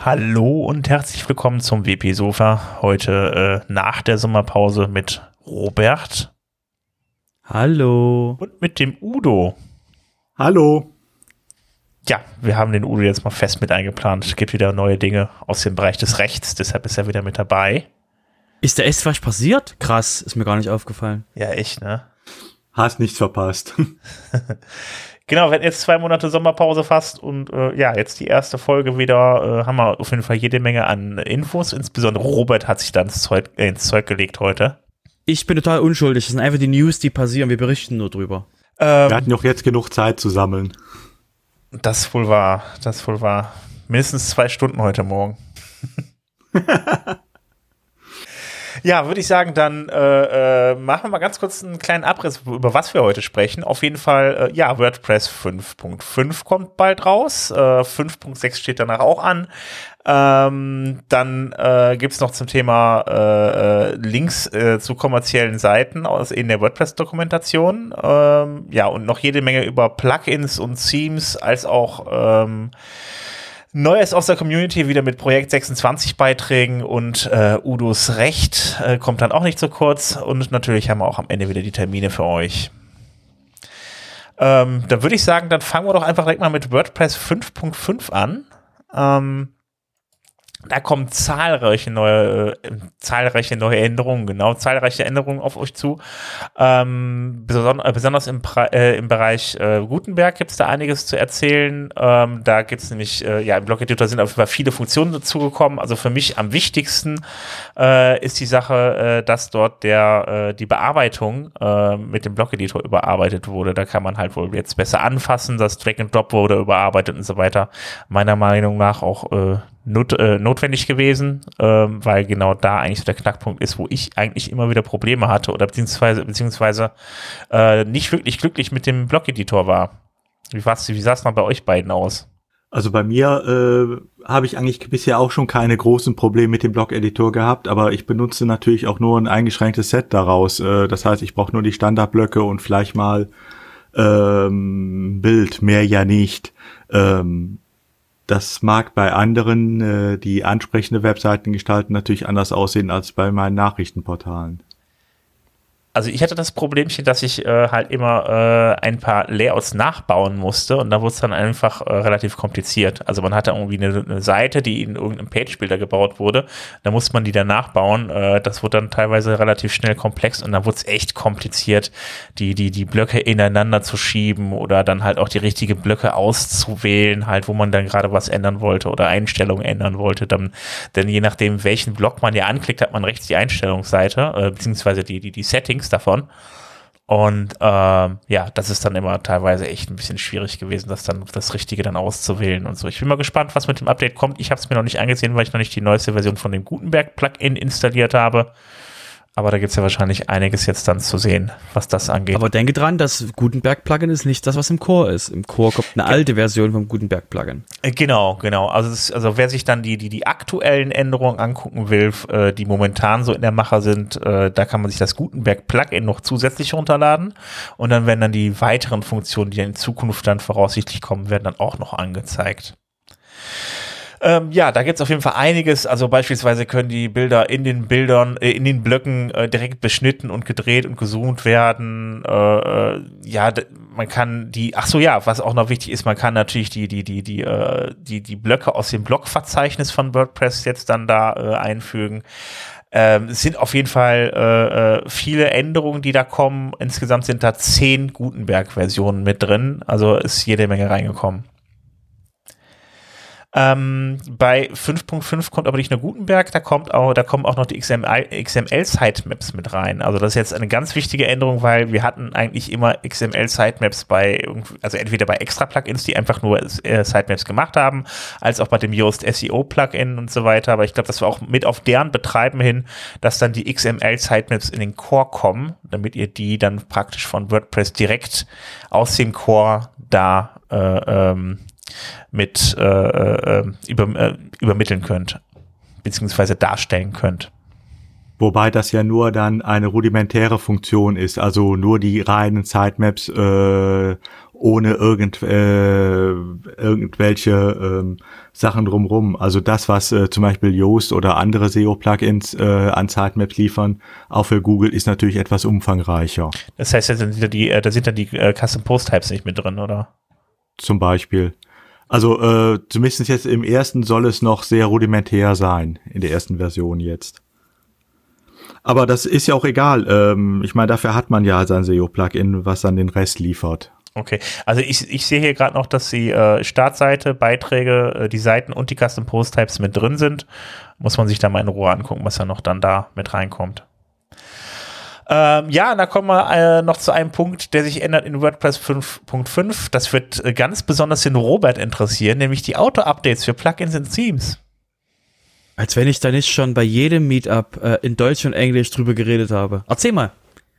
Hallo und herzlich willkommen zum WP-Sofa. Heute nach der Sommerpause mit Robert. Hallo. Und mit dem Udo. Hallo. Ja, wir haben den Udo jetzt mal fest mit eingeplant. Es gibt wieder neue Dinge aus dem Bereich des Rechts, deshalb ist er wieder mit dabei. Ist da echt was passiert? Krass, ist mir gar nicht aufgefallen. Ja, echt, ne? Hast nichts verpasst. Genau, wir hatten jetzt 2 Monate Sommerpause fast und jetzt die erste Folge wieder, haben wir auf jeden Fall jede Menge an Infos, insbesondere Robert hat sich dann ins Zeug gelegt heute. Ich bin total unschuldig, das sind einfach die News, die passieren, wir berichten nur drüber. Wir hatten doch jetzt genug Zeit zu sammeln. Das ist wohl wahr. Mindestens 2 Stunden heute Morgen. Ja, würde ich sagen, dann machen wir mal ganz kurz einen kleinen Abriss, über was wir heute sprechen. Auf jeden Fall, WordPress 5.5 kommt bald raus. 5.6 steht danach auch an. Dann gibt's noch zum Thema Links zu kommerziellen Seiten in der WordPress-Dokumentation. Und noch jede Menge über Plugins und Themes, als auch Neues aus der Community, wieder mit Projekt 26 Beiträgen und Udos Recht kommt dann auch nicht so kurz. Und natürlich haben wir auch am Ende wieder die Termine für euch. Dann würde ich sagen, dann fangen wir doch einfach direkt mal mit WordPress 5.5 an. Da kommen zahlreiche neue Änderungen, zahlreiche Änderungen auf euch zu. Besonders im Bereich Gutenberg gibt es da einiges zu erzählen. Da gibt es nämlich, im Blog-Editor sind auf jeden Fall viele Funktionen dazugekommen. Also für mich am wichtigsten ist die Sache, dass dort die Bearbeitung mit dem Blog-Editor überarbeitet wurde. Da kann man halt wohl jetzt besser anfassen. Das Drag-and-Drop wurde überarbeitet und so weiter. Meiner Meinung nach auch notwendig gewesen, weil genau da eigentlich so der Knackpunkt ist, wo ich eigentlich immer wieder Probleme hatte oder beziehungsweise nicht wirklich glücklich mit dem Blog-Editor war. Wie sah es mal bei euch beiden aus? Also bei mir habe ich eigentlich bisher auch schon keine großen Probleme mit dem Blog-Editor gehabt, aber ich benutze natürlich auch nur ein eingeschränktes Set daraus. Das heißt, ich brauche nur die Standardblöcke und vielleicht mal Bild, mehr ja nicht. Das mag bei anderen, die ansprechende Webseiten gestalten, natürlich anders aussehen als bei meinen Nachrichtenportalen. Also ich hatte das Problemchen, dass ich halt immer ein paar Layouts nachbauen musste und da wurde es dann einfach relativ kompliziert. Also man hatte irgendwie eine Seite, die in irgendeinem Page-Builder gebaut wurde, da musste man die dann nachbauen. Das wurde dann teilweise relativ schnell komplex und dann wurde es echt kompliziert, die Blöcke ineinander zu schieben oder dann halt auch die richtigen Blöcke auszuwählen, halt wo man dann gerade was ändern wollte oder Einstellungen ändern wollte. Denn je nachdem, welchen Block man ja anklickt, hat man rechts die Einstellungsseite, beziehungsweise die Settings davon. Und das ist dann immer teilweise echt ein bisschen schwierig gewesen, das Richtige dann auszuwählen und so. Ich bin mal gespannt, was mit dem Update kommt. Ich habe es mir noch nicht angesehen, weil ich noch nicht die neueste Version von dem Gutenberg-Plugin installiert habe. Aber da gibt es ja wahrscheinlich einiges jetzt dann zu sehen, was das angeht. Aber denke dran, das Gutenberg-Plugin ist nicht das, was im Core ist. Im Core kommt eine alte Version vom Gutenberg-Plugin. Genau. Also wer sich dann die aktuellen Änderungen angucken will, die momentan so in der Mache sind, da kann man sich das Gutenberg-Plugin noch zusätzlich runterladen. Und dann werden dann die weiteren Funktionen, die in Zukunft dann voraussichtlich kommen, werden dann auch noch angezeigt. Da gibt's auf jeden Fall einiges. Also beispielsweise können die Bilder in den Blöcken direkt beschnitten und gedreht und gezoomt werden. Man kann was auch noch wichtig ist, man kann natürlich die Blöcke aus dem Blockverzeichnis von WordPress jetzt dann da einfügen. Es sind auf jeden Fall viele Änderungen, die da kommen. Insgesamt sind da 10 Gutenberg-Versionen mit drin. Also ist jede Menge reingekommen. Bei 5.5 kommt aber nicht nur Gutenberg, da kommen auch noch die XML-Sitemaps mit rein. Also das ist jetzt eine ganz wichtige Änderung, weil wir hatten eigentlich immer XML-Sitemaps entweder bei Extra-Plugins, die einfach nur Sitemaps gemacht haben, als auch bei dem Yoast SEO-Plugin und so weiter. Aber ich glaube, das war auch mit auf deren Betreiben hin, dass dann die XML-Sitemaps in den Core kommen, damit ihr die dann praktisch von WordPress direkt aus dem Core da übermitteln könnt, beziehungsweise darstellen könnt. Wobei das ja nur dann eine rudimentäre Funktion ist, also nur die reinen Sitemaps ohne irgendwelche Sachen drumrum. Also das, was zum Beispiel Yoast oder andere SEO-Plugins an Sitemaps liefern, auch für Google, ist natürlich etwas umfangreicher. Das heißt, da sind dann die Custom Post Types nicht mit drin, oder? Zum Beispiel. Also zumindest jetzt im ersten soll es noch sehr rudimentär sein, in der ersten Version jetzt. Aber das ist ja auch egal. Ich meine, dafür hat man ja sein SEO-Plugin, was dann den Rest liefert. Okay, also ich sehe hier gerade noch, dass die Startseite, Beiträge, die Seiten und die Custom Post Types mit drin sind. Muss man sich da mal in Ruhe angucken, was da noch dann da mit reinkommt. Ja, da kommen wir noch zu einem Punkt, der sich ändert in WordPress 5.5. Das wird ganz besonders den Robert interessieren, nämlich die Auto-Updates für Plugins und Themes. Als wenn ich da nicht schon bei jedem Meetup in Deutsch und Englisch drüber geredet habe. Erzähl mal.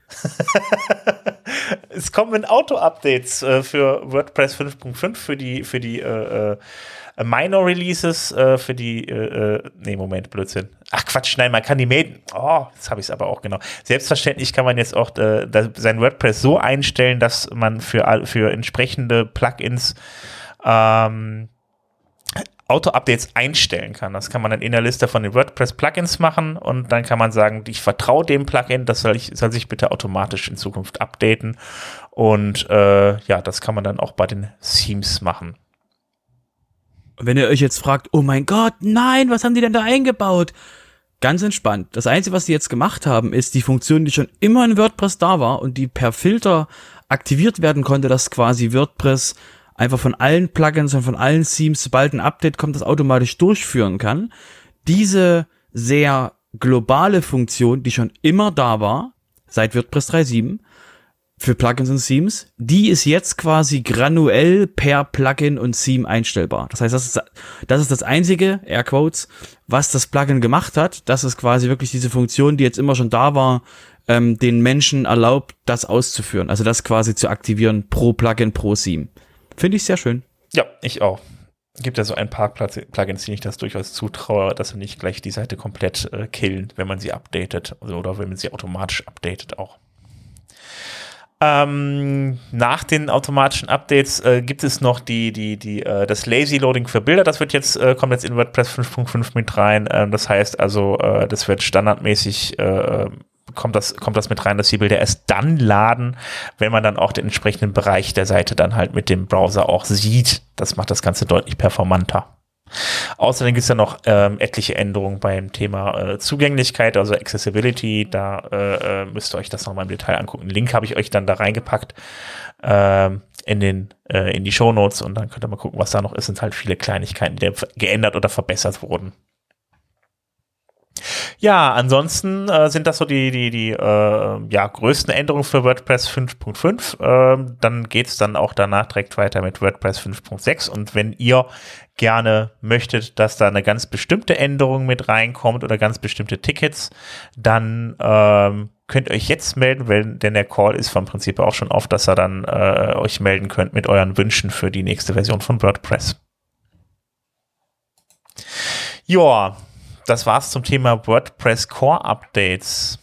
Es kommen Auto-Updates für WordPress 5.5 für die Minor Releases, für die Moment, Blödsinn. Ach Quatsch, nein, man kann die melden. Oh, jetzt habe ich es aber auch genau. Selbstverständlich kann man jetzt auch sein WordPress so einstellen, dass man für entsprechende Plugins Auto-Updates einstellen kann. Das kann man dann in der Liste von den WordPress-Plugins machen und dann kann man sagen, ich vertraue dem Plugin, das soll sich bitte automatisch in Zukunft updaten und das kann man dann auch bei den Themes machen. Wenn ihr euch jetzt fragt, oh mein Gott, nein, was haben die denn da eingebaut? Ganz entspannt. Das Einzige, was die jetzt gemacht haben, ist die Funktion, die schon immer in WordPress da war und die per Filter aktiviert werden konnte, dass quasi WordPress einfach von allen Plugins und von allen Themes, sobald ein Update kommt, das automatisch durchführen kann. Diese sehr globale Funktion, die schon immer da war, seit WordPress 3.7, für Plugins und Themes, die ist jetzt quasi granuell per Plugin und Theme einstellbar. Das heißt, das ist das einzige, Airquotes, was das Plugin gemacht hat. Das ist quasi wirklich diese Funktion, die jetzt immer schon da war, den Menschen erlaubt, das auszuführen. Also das quasi zu aktivieren pro Plugin, pro Theme. Finde ich sehr schön. Ja, ich auch. Gibt ja so ein paar Plugins, die ich das durchaus zutraue, dass sie nicht gleich die Seite komplett killen, wenn man sie updatet oder wenn man sie automatisch updatet auch. Nach den automatischen Updates gibt es noch das Lazy Loading für Bilder. Das kommt jetzt in WordPress 5.5 mit rein. Das heißt also, das wird standardmäßig kommt das mit rein, dass die Bilder erst dann laden, wenn man dann auch den entsprechenden Bereich der Seite dann halt mit dem Browser auch sieht. Das macht das Ganze deutlich performanter. Außerdem gibt es ja noch etliche Änderungen beim Thema Zugänglichkeit, also Accessibility. Da müsst ihr euch das nochmal im Detail angucken. Den Link habe ich euch dann da reingepackt in die Shownotes und dann könnt ihr mal gucken, was da noch ist. Sind halt viele Kleinigkeiten, die geändert oder verbessert wurden. Ja, ansonsten sind das so die größten Änderungen für WordPress 5.5. Dann geht's dann auch danach direkt weiter mit WordPress 5.6. Und wenn ihr gerne möchtet, dass da eine ganz bestimmte Änderung mit reinkommt oder ganz bestimmte Tickets, dann könnt ihr euch jetzt melden, denn der Call ist vom Prinzip auch schon auf, dass ihr dann euch melden könnt mit euren Wünschen für die nächste Version von WordPress. Ja, das war's zum Thema WordPress Core Updates.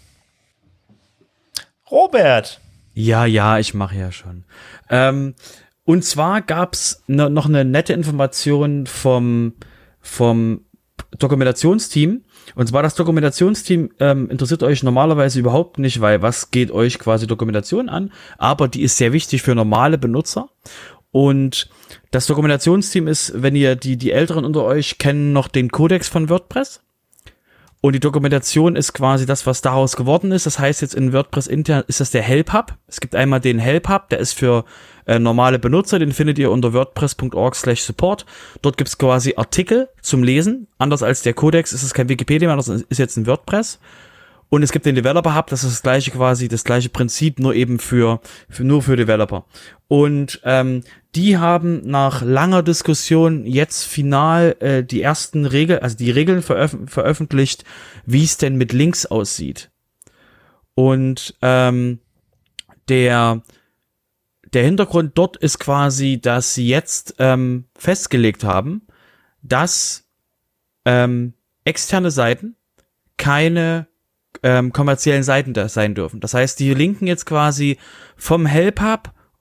Robert! Ja, ich mache ja schon. Und zwar gab's noch eine nette Information vom Dokumentationsteam. Und zwar das Dokumentationsteam interessiert euch normalerweise überhaupt nicht, weil was geht euch quasi Dokumentation an? Aber die ist sehr wichtig für normale Benutzer. Und das Dokumentationsteam ist, wenn ihr die Älteren unter euch kennen, noch den Codex von WordPress. Und die Dokumentation ist quasi das, was daraus geworden ist. Das heißt jetzt in WordPress intern ist das der Help Hub. Es gibt einmal den Help Hub, der ist für normale Benutzer. Den findet ihr unter wordpress.org/support. Dort gibt es quasi Artikel zum Lesen. Anders als der Codex ist es kein Wikipedia mehr, das ist jetzt ein WordPress. Und es gibt den Developer Hub, das ist das gleiche Prinzip, nur eben für Developer. Und die haben nach langer Diskussion jetzt final die ersten Regeln veröffentlicht, wie es denn mit Links aussieht. Und der Hintergrund dort ist quasi, dass sie jetzt festgelegt haben, dass externe Seiten keine kommerziellen Seiten da sein dürfen. Das heißt, die linken jetzt quasi vom Help Hub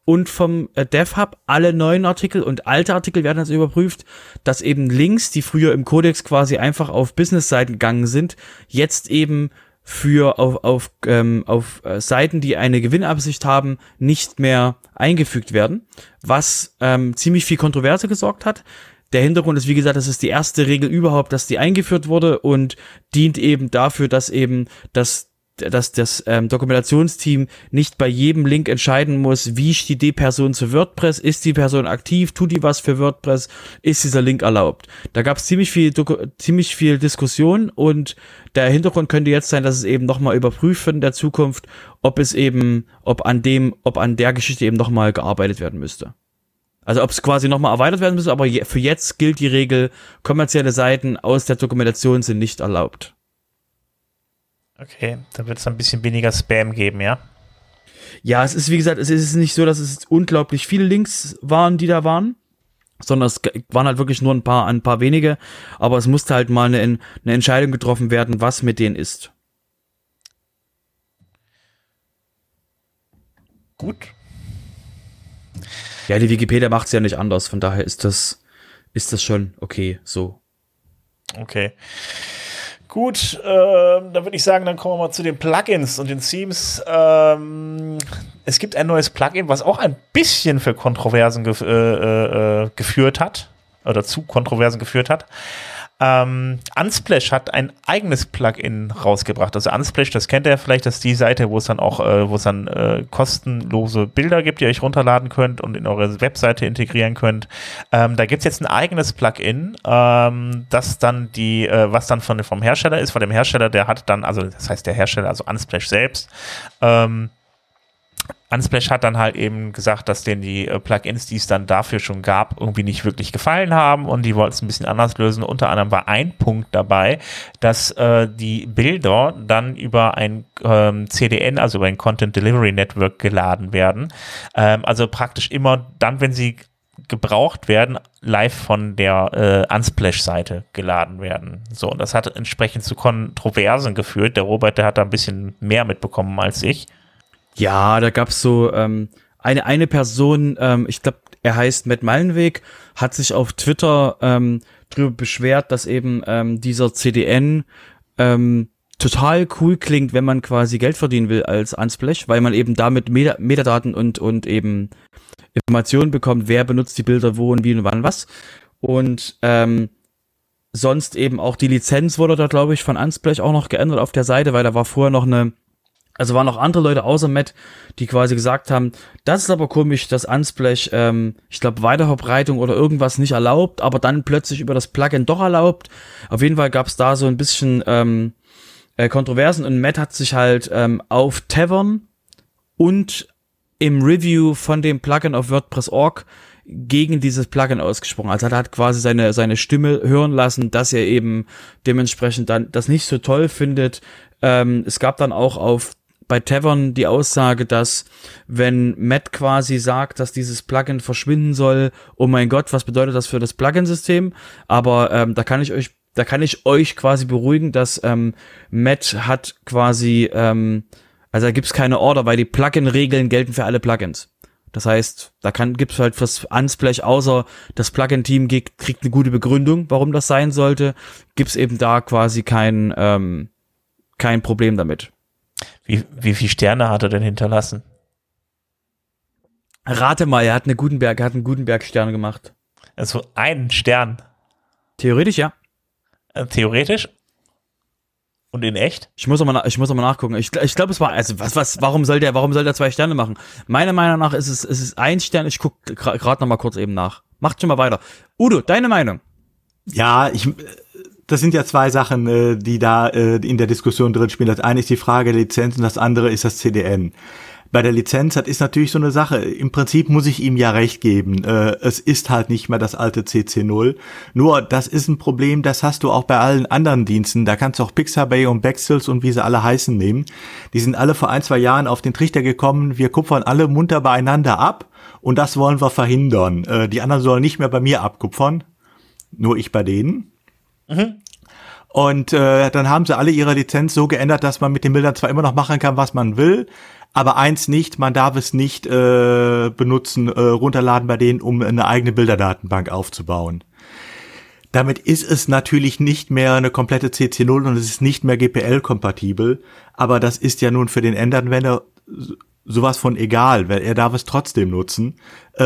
und vom DevHub. Alle neuen Artikel und alte Artikel werden jetzt überprüft, dass eben Links, die früher im Codex quasi einfach auf Business-Seiten gegangen sind, jetzt eben für auf Seiten, die eine Gewinnabsicht haben, nicht mehr eingefügt werden, was ziemlich viel Kontroverse gesorgt hat. Der Hintergrund ist, wie gesagt, das ist die erste Regel überhaupt, dass die eingeführt wurde und dient eben dafür, dass eben das Dokumentationsteam nicht bei jedem Link entscheiden muss, wie steht die Person zu WordPress, ist die Person aktiv, tut die was für WordPress, ist dieser Link erlaubt. Da gab es ziemlich viel Diskussion und der Hintergrund könnte jetzt sein, dass es eben nochmal überprüft wird in der Zukunft, ob an der Geschichte eben nochmal gearbeitet werden müsste. Also ob es quasi nochmal erweitert werden müsste, aber für jetzt gilt die Regel, kommerzielle Seiten aus der Dokumentation sind nicht erlaubt. Okay, dann wird es ein bisschen weniger Spam geben, ja? Ja, es ist, wie gesagt, es ist nicht so, dass es unglaublich viele Links waren, die da waren, sondern es waren halt wirklich nur ein paar wenige, aber es musste halt mal eine Entscheidung getroffen werden, was mit denen ist. Gut. Ja, die Wikipedia macht es ja nicht anders, von daher ist das schon okay, so. Okay. Gut, dann würde ich sagen, dann kommen wir mal zu den Plugins und den Themes. Es gibt ein neues Plugin, was auch ein bisschen für Kontroversen geführt hat, oder zu Kontroversen geführt hat. Unsplash hat ein eigenes Plugin rausgebracht. Also Unsplash, das kennt ihr vielleicht, das ist die Seite, wo es dann kostenlose Bilder gibt, die ihr euch runterladen könnt und in eure Webseite integrieren könnt. Da gibt es jetzt ein eigenes Plugin, das dann was dann vom Hersteller ist, von dem Hersteller, der hat dann, also das heißt der Hersteller, also Unsplash selbst, Unsplash hat dann halt eben gesagt, dass denen die Plugins, die es dann dafür schon gab, irgendwie nicht wirklich gefallen haben und die wollten es ein bisschen anders lösen. Unter anderem war ein Punkt dabei, dass die Bilder dann über ein CDN, also über ein Content Delivery Network geladen werden. Also praktisch immer dann, wenn sie gebraucht werden, live von der Unsplash-Seite geladen werden. So, und das hat entsprechend zu Kontroversen geführt. Der Robert, der hat da ein bisschen mehr mitbekommen als ich. Ja, da gab's so eine Person, ich glaube, er heißt Matt Meilenweg, hat sich auf Twitter drüber beschwert, dass eben dieser CDN total cool klingt, wenn man quasi Geld verdienen will als Unsplash, weil man eben damit Metadaten und eben Informationen bekommt, wer benutzt die Bilder wo und wie und wann was. Und sonst eben auch die Lizenz wurde da, glaube ich, von Unsplash auch noch geändert auf der Seite, weil da war vorher noch waren noch andere Leute außer Matt, die quasi gesagt haben, das ist aber komisch, dass Unsplash, ich glaube, Weiterverbreitung oder irgendwas nicht erlaubt, aber dann plötzlich über das Plugin doch erlaubt. Auf jeden Fall gab es da so ein bisschen Kontroversen und Matt hat sich halt auf Tavern und im Review von dem Plugin auf WordPress.org gegen dieses Plugin ausgesprochen. Also er hat quasi seine Stimme hören lassen, dass er eben dementsprechend dann das nicht so toll findet. Es gab dann auch bei Tavern die Aussage, dass wenn Matt quasi sagt, dass dieses Plugin verschwinden soll, oh mein Gott, was bedeutet das für das Plugin-System? Aber da kann ich euch quasi beruhigen, dass Matt hat quasi, also da gibt's keine Order, weil die Plugin-Regeln gelten für alle Plugins. Das heißt, gibt's halt fürs Unsplash, außer das Plugin-Team kriegt eine gute Begründung, warum das sein sollte, gibt's eben da quasi kein Problem damit. Wie viele Sterne hat er denn hinterlassen? Rate mal, er hat einen Gutenberg-Stern gemacht. Also einen Stern. Theoretisch, ja. Theoretisch? Und in echt? Ich muss aber nachgucken. Ich glaube, es war, also warum soll der 2 Sterne machen? Meiner Meinung nach ist es 1 Stern. Ich gucke gerade noch mal kurz eben nach. Macht schon mal weiter. Udo, deine Meinung? Ja, das sind ja zwei Sachen, die da in der Diskussion drin spielen. Das eine ist die Frage der Lizenz und das andere ist das CDN. Bei der Lizenz, das ist natürlich so eine Sache. Im Prinzip muss ich ihm ja recht geben. Es ist halt nicht mehr das alte CC0. Nur, das ist ein Problem, das hast du auch bei allen anderen Diensten. Da kannst du auch Pixabay und Bexels und wie sie alle heißen nehmen. Die sind alle vor 1-2 Jahren auf den Trichter gekommen. Wir kupfern alle munter beieinander ab und das wollen wir verhindern. Die anderen sollen nicht mehr bei mir abkupfern. Nur ich bei denen. Mhm. Und dann haben sie alle ihre Lizenz so geändert, dass man mit den Bildern zwar immer noch machen kann, was man will, Aber eins nicht, man darf es nicht benutzen, runterladen bei denen, um eine eigene Bilderdatenbank aufzubauen. Damit ist es natürlich nicht mehr eine komplette CC0 und es ist nicht mehr GPL-kompatibel, aber das ist ja nun für den Endanwender sowas von egal, weil er darf es trotzdem nutzen.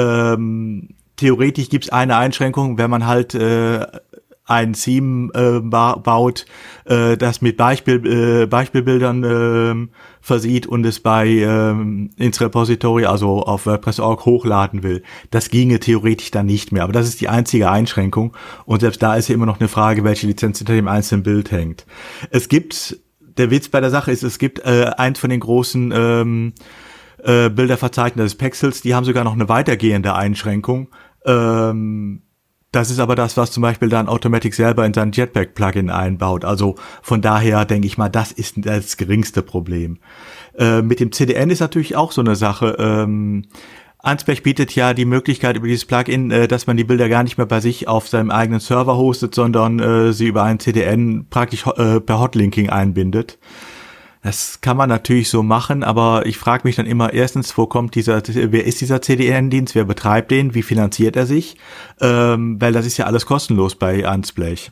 Theoretisch gibt's eine Einschränkung, wenn man halt ein Theme baut, das mit Beispielbildern versieht und es ins Repository, also auf WordPress.org, hochladen will. Das ginge theoretisch dann nicht mehr, aber das ist die einzige Einschränkung und selbst da ist ja immer noch eine Frage, welche Lizenz hinter dem einzelnen Bild hängt. Der Witz bei der Sache ist, es gibt eins von den großen Bilderverzeichnissen, das ist Pexels, die haben sogar noch eine weitergehende Einschränkung. Das ist aber das, was zum Beispiel dann Automatic selber in sein Jetpack-Plugin einbaut. Also von daher denke ich mal, das ist das geringste Problem. Mit dem CDN ist natürlich auch so eine Sache. Unsplash bietet ja die Möglichkeit über dieses Plugin, dass man die Bilder gar nicht mehr bei sich auf seinem eigenen Server hostet, sondern sie über ein CDN praktisch per Hotlinking einbindet. Das kann man natürlich so machen, aber ich frage mich dann immer erstens, wer ist dieser CDN-Dienst, wer betreibt den, wie finanziert er sich, weil das ist ja alles kostenlos bei Unsplash.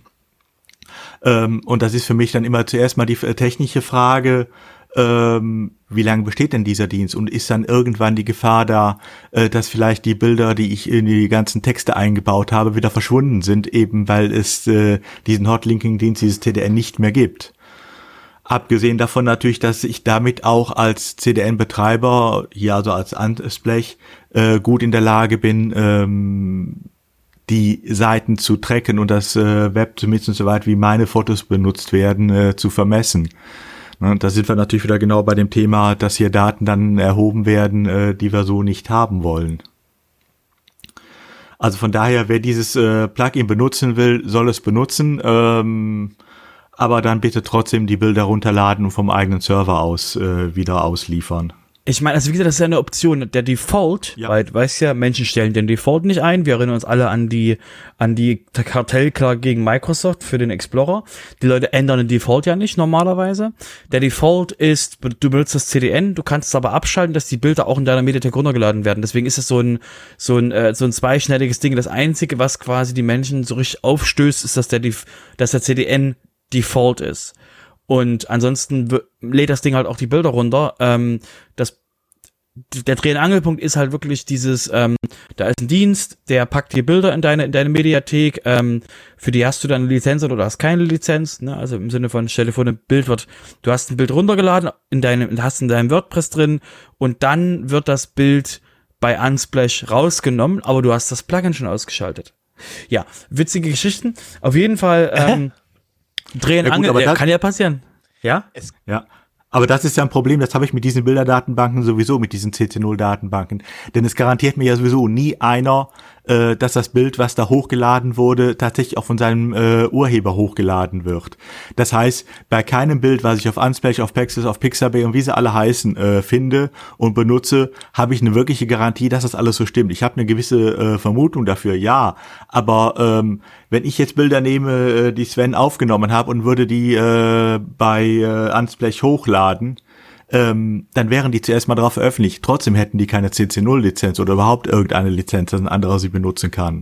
Und das ist für mich dann immer zuerst mal die technische Frage, wie lange besteht denn dieser Dienst und ist dann irgendwann die Gefahr da, dass vielleicht die Bilder, die ich in die ganzen Texte eingebaut habe, wieder verschwunden sind, eben weil es diesen Hotlinking-Dienst, dieses CDN nicht mehr gibt. Abgesehen davon natürlich, dass ich damit auch als CDN-Betreiber, hier also als Unsplash, gut in der Lage bin, die Seiten zu tracken und das Web zumindest soweit wie meine Fotos benutzt werden, zu vermessen. Und da sind wir natürlich wieder genau bei dem Thema, dass hier Daten dann erhoben werden, die wir so nicht haben wollen. Also von daher, wer dieses Plugin benutzen will, soll es benutzen. Aber dann bitte trotzdem die Bilder runterladen und vom eigenen Server aus wieder ausliefern. Ich meine, also wie gesagt, das ist ja eine Option. Der Default, weil, weißt ja, Menschen stellen den Default nicht ein. Wir erinnern uns alle an die Kartellklage gegen Microsoft für den Explorer. Die Leute ändern den Default ja nicht normalerweise. Der Default ist, du benutzt das CDN, du kannst es aber abschalten, dass die Bilder auch in deiner Mediathek runtergeladen werden. Deswegen ist es so ein zweischneidiges Ding. Das Einzige, was quasi die Menschen so richtig aufstößt, ist, dass der CDN Default ist. Und ansonsten lädt das Ding halt auch die Bilder runter. Der Dreh- und Angelpunkt ist halt wirklich dieses, da ist ein Dienst, der packt die Bilder in deine Mediathek, für die hast du dann eine Lizenz oder hast keine Lizenz, ne? Also im Sinne von, stell dir vor, du hast ein Bild runtergeladen, hast in deinem WordPress drin und dann wird das Bild bei Unsplash rausgenommen, aber du hast das Plugin schon ausgeschaltet. Ja, witzige Geschichten. Auf jeden Fall, Drehen, Angel, kann ja passieren. Ja? Ja. Aber das ist ja ein Problem, das habe ich mit diesen Bilderdatenbanken sowieso, mit diesen CC0-Datenbanken. Denn es garantiert mir ja sowieso nie einer, dass das Bild, was da hochgeladen wurde, tatsächlich auch von seinem Urheber hochgeladen wird. Das heißt, bei keinem Bild, was ich auf Unsplash, auf Pexels, auf Pixabay und wie sie alle heißen, finde und benutze, habe ich eine wirkliche Garantie, dass das alles so stimmt. Ich habe eine gewisse Vermutung dafür, ja. Aber wenn ich jetzt Bilder nehme, die Sven aufgenommen hat und würde die bei Unsplash hochladen, dann wären die zuerst mal drauf veröffentlicht. Trotzdem hätten die keine CC0-Lizenz oder überhaupt irgendeine Lizenz, dass ein anderer sie benutzen kann.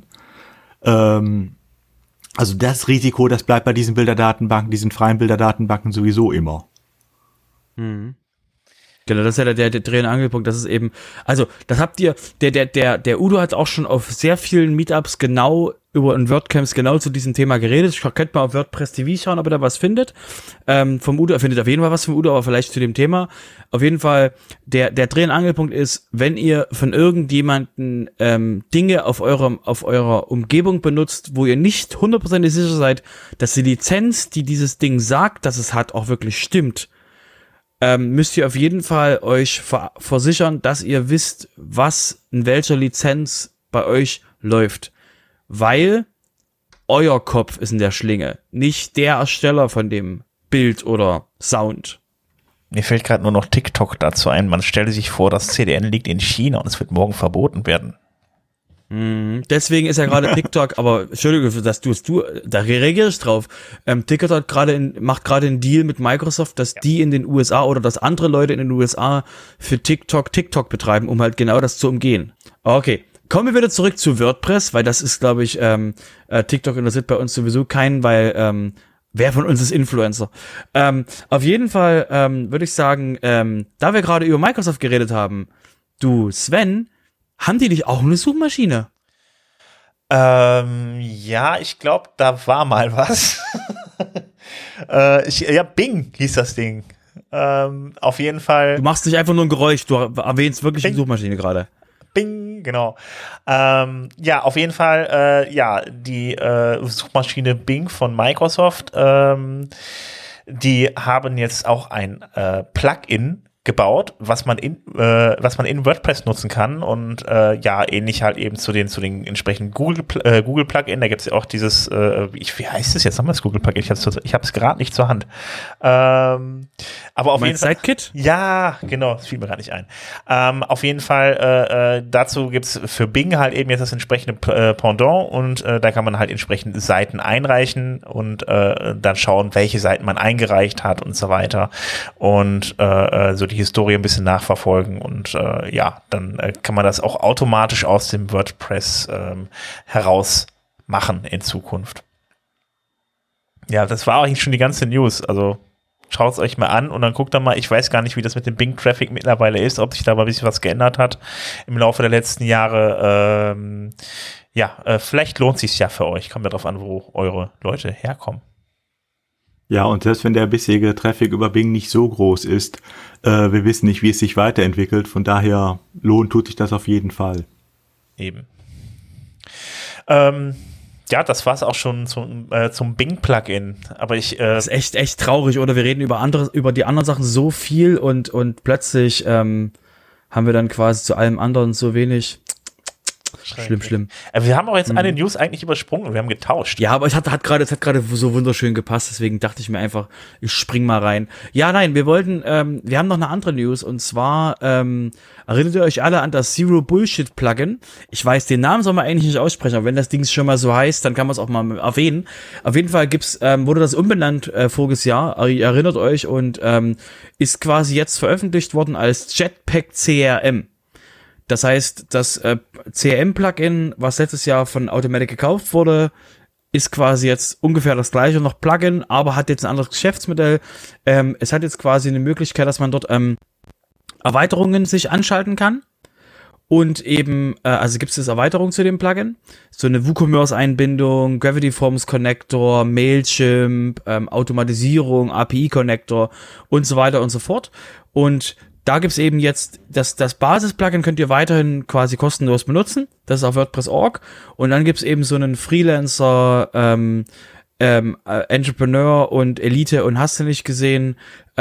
Also das Risiko, das bleibt bei diesen Bilderdatenbanken, diesen freien Bilderdatenbanken sowieso immer. Mhm. Genau, das ist ja der Dreh- und Angelpunkt, das ist eben, also, das habt ihr, der Udo hat auch schon auf sehr vielen Meetups genau über in WordCamps genau zu diesem Thema geredet. Könnt mal auf WordPress TV schauen, ob ihr da was findet. Vom Udo, er findet auf jeden Fall was vom Udo, aber vielleicht zu dem Thema. Auf jeden Fall, der Dreh- und Angelpunkt ist, wenn ihr von irgendjemanden Dinge auf eurer Umgebung benutzt, wo ihr nicht 100% sicher seid, dass die Lizenz, die dieses Ding sagt, dass es hat, auch wirklich stimmt, müsst ihr auf jeden Fall euch versichern, dass ihr wisst, was in welcher Lizenz bei euch läuft. Weil euer Kopf ist in der Schlinge, nicht der Ersteller von dem Bild oder Sound. Mir fällt gerade nur noch TikTok dazu ein. Man stelle sich vor, das CDN liegt in China und es wird morgen verboten werden. Deswegen ist ja gerade TikTok, aber Entschuldigung, da reagiere ich drauf. TikTok macht gerade einen Deal mit Microsoft, dass die in den USA oder dass andere Leute in den USA für TikTok betreiben, um halt genau das zu umgehen. Okay, kommen wir wieder zurück zu WordPress, weil das ist, glaube ich, TikTok interessiert bei uns sowieso keinen, weil wer von uns ist Influencer? Auf jeden Fall würde ich sagen, da wir gerade über Microsoft geredet haben, du Sven, haben die nicht auch eine Suchmaschine? Ja, ich glaube, da war mal was. Bing hieß das Ding. Auf jeden Fall. Du machst nicht einfach nur ein Geräusch, du erwähnst wirklich die Suchmaschine gerade. Bing, genau. Auf jeden Fall, die Suchmaschine Bing von Microsoft, die haben jetzt auch ein Plugin gebaut, was man in WordPress nutzen kann und ähnlich halt eben zu den entsprechenden Google Plugin. Da gibt es ja auch dieses, wie heißt es jetzt nochmal, das Google Plugin? Ich hab's gerade nicht zur Hand. Aber auf jeden Fall. Sidekit? Ja, genau, das fiel mir gerade nicht ein. Auf jeden Fall, dazu gibt's für Bing halt eben jetzt das entsprechende Pendant und da kann man halt entsprechende Seiten einreichen und dann schauen, welche Seiten man eingereicht hat und so weiter. Und so die Historie ein bisschen nachverfolgen und dann kann man das auch automatisch aus dem WordPress heraus machen in Zukunft. Ja, das war eigentlich schon die ganze News, also schaut es euch mal an und dann guckt dann mal, ich weiß gar nicht, wie das mit dem Bing-Traffic mittlerweile ist, ob sich da mal ein bisschen was geändert hat im Laufe der letzten Jahre. Vielleicht lohnt es sich ja für euch, kommt ja drauf an, wo eure Leute herkommen. Ja, und selbst wenn der bisherige Traffic über Bing nicht so groß ist, wir wissen nicht, wie es sich weiterentwickelt. Von daher tut sich das auf jeden Fall. Eben. Das war's auch schon zum Bing-Plugin. Aber das ist echt traurig, oder? Wir reden über die anderen Sachen so viel und plötzlich haben wir dann quasi zu allem anderen so wenig. Schlimm. Wir haben auch jetzt eine News eigentlich übersprungen und wir haben getauscht. Ja, aber es hat gerade so wunderschön gepasst, deswegen dachte ich mir einfach, ich spring mal rein. Ja, nein, wir haben noch eine andere News und zwar erinnert ihr euch alle an das Zero Bullshit Plugin? Ich weiß, den Namen soll man eigentlich nicht aussprechen, aber wenn das Ding schon mal so heißt, dann kann man es auch mal erwähnen. Auf jeden Fall wurde das umbenannt voriges Jahr, ihr erinnert euch, und ist quasi jetzt veröffentlicht worden als Jetpack CRM. Das heißt, das CRM-Plugin, was letztes Jahr von Automatic gekauft wurde, ist quasi jetzt ungefähr das gleiche, noch Plugin, aber hat jetzt ein anderes Geschäftsmodell. Es hat jetzt quasi eine Möglichkeit, dass man dort Erweiterungen sich anschalten kann. Und eben, gibt es Erweiterungen zu dem Plugin. So eine WooCommerce-Einbindung, Gravity Forms Connector, Mailchimp, Automatisierung, API-Connector und so weiter und so fort. Und da gibt's eben jetzt, das Basis-Plugin könnt ihr weiterhin quasi kostenlos benutzen. Das ist auf WordPress.org. Und dann gibt's eben so einen Freelancer, Entrepreneur und Elite und hast du nicht gesehen,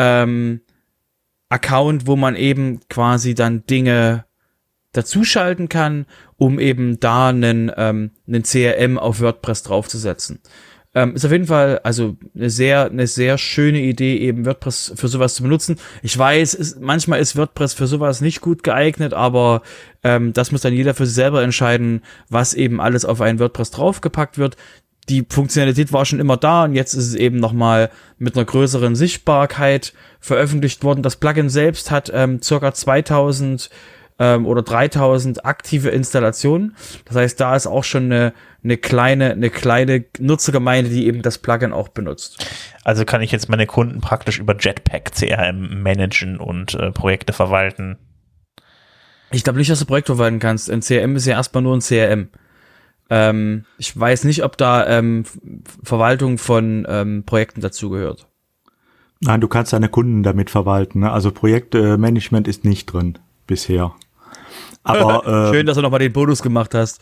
Account, wo man eben quasi dann Dinge dazuschalten kann, um eben da einen CRM auf WordPress draufzusetzen. Ist auf jeden Fall also eine sehr schöne Idee, eben WordPress für sowas zu benutzen. Ich weiß, manchmal ist WordPress für sowas nicht gut geeignet, aber das muss dann jeder für sich selber entscheiden, was eben alles auf einen WordPress draufgepackt wird. Die Funktionalität war schon immer da und jetzt ist es eben nochmal mit einer größeren Sichtbarkeit veröffentlicht worden. Das Plugin selbst hat circa 2000 oder 3000 aktive Installationen. Das heißt, da ist auch schon eine kleine Nutzergemeinde, die eben das Plugin auch benutzt. Also kann ich jetzt meine Kunden praktisch über Jetpack CRM managen und Projekte verwalten? Ich glaube nicht, dass du Projekte verwalten kannst. Ein CRM ist ja erstmal nur ein CRM. Ich weiß nicht, ob da Verwaltung von Projekten dazugehört. Nein, du kannst deine Kunden damit verwalten. Ne? Also Projektmanagement ist nicht drin bisher. Aber schön, dass du nochmal den Bonus gemacht hast.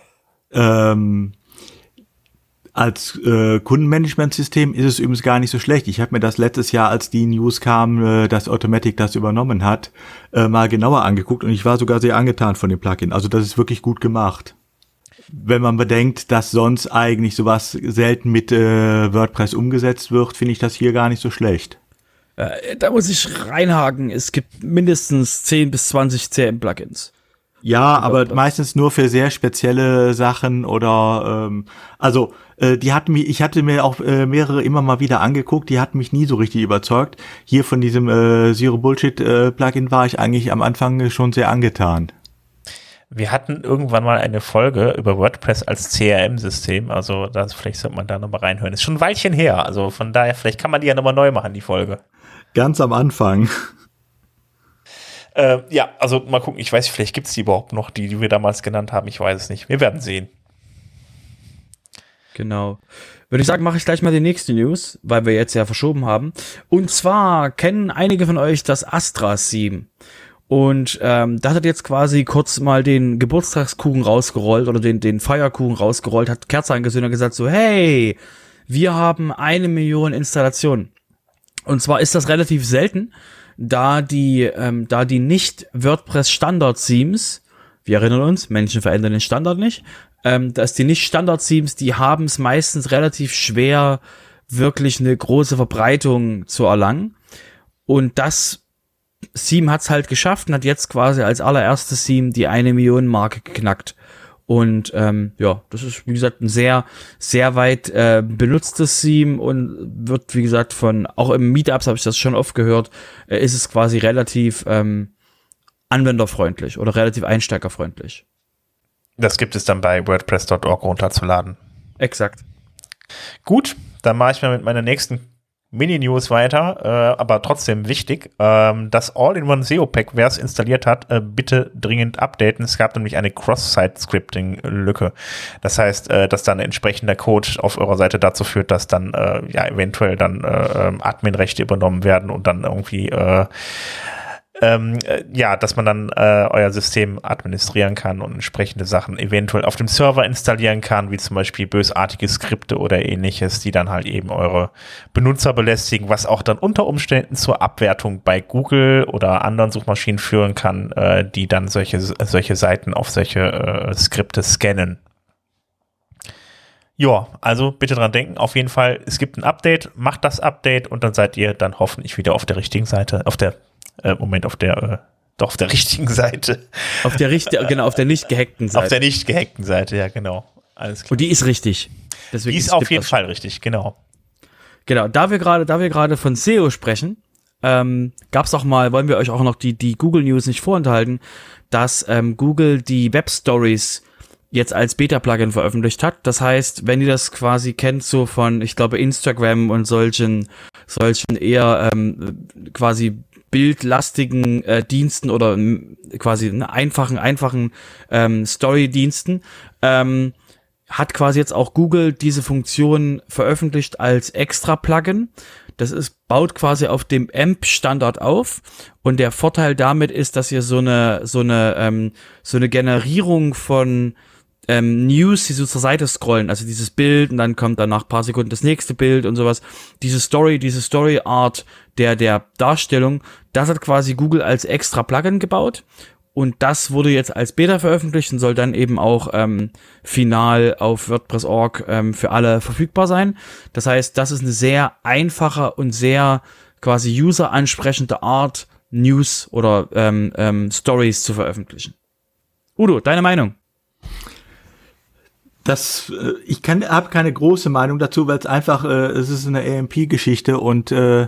Als Kundenmanagementsystem ist es übrigens gar nicht so schlecht. Ich habe mir das letztes Jahr, als die News kam, dass Automatic das übernommen hat, mal genauer angeguckt und ich war sogar sehr angetan von dem Plugin. Also das ist wirklich gut gemacht. Wenn man bedenkt, dass sonst eigentlich sowas selten mit WordPress umgesetzt wird, finde ich das hier gar nicht so schlecht. Da muss ich reinhaken. Es gibt mindestens 10 bis 20 CRM-Plugins. Ja, aber meistens nur für sehr spezielle Sachen oder ich hatte mir auch mehrere immer mal wieder angeguckt, die hatten mich nie so richtig überzeugt. Hier von diesem Zero Bullshit Plugin war ich eigentlich am Anfang schon sehr angetan. Wir hatten irgendwann mal eine Folge über WordPress als CRM-System, also vielleicht sollte man da nochmal reinhören. Ist schon ein Weilchen her, also von daher, vielleicht kann man die ja nochmal neu machen, die Folge. Ganz am Anfang. Ja, also mal gucken, ich weiß nicht, vielleicht gibt es die überhaupt noch, die wir damals genannt haben, ich weiß es nicht. Wir werden sehen. Genau. Würde ich sagen, mache ich gleich mal die nächste News, weil wir jetzt ja verschoben haben. Und zwar kennen einige von euch das Astra-Theme. Und da hat jetzt quasi kurz mal den Geburtstagskuchen rausgerollt oder den Feierkuchen rausgerollt, hat Kerze angezündet und gesagt so, hey, wir haben 1 Million Installationen. Und zwar ist das relativ selten, da die nicht WordPress-Standard-Themes, wir erinnern uns, Menschen verändern den Standard nicht, dass die nicht Standard-Themes, die haben es meistens relativ schwer, wirklich eine große Verbreitung zu erlangen. Und das Theme hat es halt geschafft und hat jetzt quasi als allererstes Theme die 1 Million Marke geknackt. Und das ist, wie gesagt, ein sehr, sehr weit benutztes Theme und wird, wie gesagt, auch im Meetups habe ich das schon oft gehört, ist es quasi relativ anwenderfreundlich oder relativ einsteigerfreundlich. Das gibt es dann bei WordPress.org runterzuladen. Exakt. Gut, dann mache ich mal mit meiner nächsten Mini-News weiter, aber trotzdem wichtig. Das All-in-One SEO-Pack, wer es installiert hat, bitte dringend updaten. Es gab nämlich eine Cross-Site-Scripting-Lücke. Das heißt, dass dann entsprechender Code auf eurer Seite dazu führt, dass dann eventuell dann Admin-Rechte übernommen werden und dann irgendwie dass man dann euer System administrieren kann und entsprechende Sachen eventuell auf dem Server installieren kann, wie zum Beispiel bösartige Skripte oder ähnliches, die dann halt eben eure Benutzer belästigen, was auch dann unter Umständen zur Abwertung bei Google oder anderen Suchmaschinen führen kann, die dann solche Seiten auf solche Skripte scannen. Ja, also bitte dran denken, auf jeden Fall, es gibt ein Update, macht das Update und dann seid ihr dann hoffentlich wieder auf der richtigen Seite, auf der richtigen Seite. Auf der nicht gehackten Seite. Auf der nicht gehackten Seite, ja, genau. Alles klar. Und die ist richtig. Deswegen die ist auf jeden Fall richtig, genau. Genau, da wir gerade von SEO sprechen, gab's auch mal, wollen wir euch auch noch die Google News nicht vorenthalten, dass Google die Web Stories jetzt als Beta-Plugin veröffentlicht hat. Das heißt, wenn ihr das quasi kennt, so von, ich glaube, Instagram und solchen eher quasi bildlastigen Diensten oder quasi einfachen Story-Diensten, hat quasi jetzt auch Google diese Funktion veröffentlicht als Extra-Plugin. Das baut quasi auf dem AMP-Standard auf und der Vorteil damit ist, dass ihr so eine Generierung von News, die so zur Seite scrollen, also dieses Bild und dann kommt dann nach ein paar Sekunden das nächste Bild und sowas. Diese Story-Art der Darstellung, das hat quasi Google als extra Plugin gebaut und das wurde jetzt als Beta veröffentlicht und soll dann eben auch final auf WordPress.org für alle verfügbar sein. Das heißt, das ist eine sehr einfache und sehr quasi useransprechende Art, News oder Stories zu veröffentlichen. Udo, deine Meinung? Ich habe keine große Meinung dazu, weil es einfach, es ist eine AMP-Geschichte und ich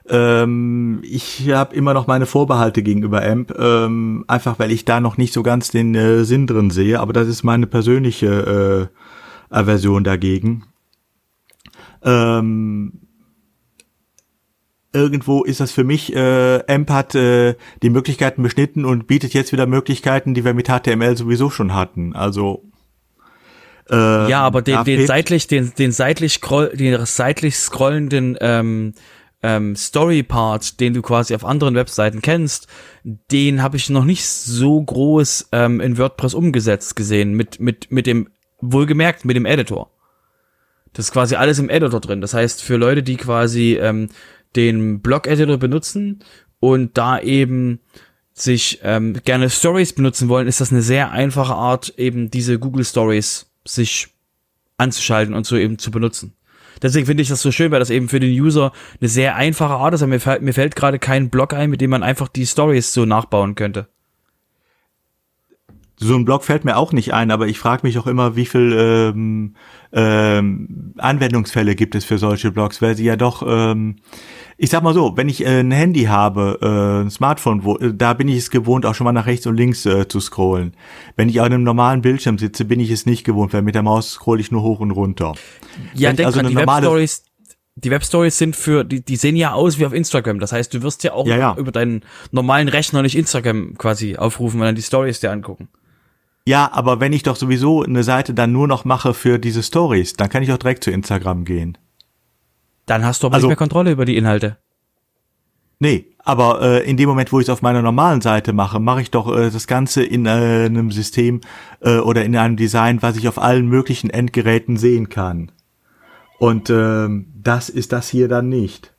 habe immer noch meine Vorbehalte gegenüber AMP, einfach weil ich da noch nicht so ganz den Sinn drin sehe, aber das ist meine persönliche Aversion dagegen. Irgendwo ist das für mich, AMP hat die Möglichkeiten beschnitten und bietet jetzt wieder Möglichkeiten, die wir mit HTML sowieso schon hatten, also ja, aber den seitlich scrollenden Story-Part, den du quasi auf anderen Webseiten kennst, den habe ich noch nicht so groß in WordPress umgesetzt gesehen, mit dem, wohlgemerkt, mit dem Editor. Das ist quasi alles im Editor drin. Das heißt, für Leute, die quasi den Blog-Editor benutzen und da eben sich gerne Stories benutzen wollen, ist das eine sehr einfache Art, eben diese Google Stories sich anzuschalten und so eben zu benutzen. Deswegen finde ich das so schön, weil das eben für den User eine sehr einfache Art ist. Aber mir fällt gerade kein Blog ein, mit dem man einfach die Stories so nachbauen könnte. So ein Blog fällt mir auch nicht ein, aber ich frage mich auch immer, wie viel Anwendungsfälle gibt es für solche Blogs, weil sie ja doch, ich sag mal so, wenn ich ein Handy habe, ein Smartphone, da bin ich es gewohnt, auch schon mal nach rechts und links zu scrollen. Wenn ich auf einem normalen Bildschirm sitze, bin ich es nicht gewohnt, weil mit der Maus scrolle ich nur hoch und runter. Ja, denk dran, die Webstories sind die sehen ja aus wie auf Instagram. Das heißt, du wirst ja auch über deinen normalen Rechner nicht Instagram quasi aufrufen, sondern die Stories dir angucken. Ja, aber wenn ich doch sowieso eine Seite dann nur noch mache für diese Stories, dann kann ich auch direkt zu Instagram gehen. Dann hast du aber nicht mehr Kontrolle über die Inhalte. Nee, aber in dem Moment, wo ich es auf meiner normalen Seite mache, mache ich doch das Ganze in einem System oder in einem Design, was ich auf allen möglichen Endgeräten sehen kann. Und das ist das hier dann nicht.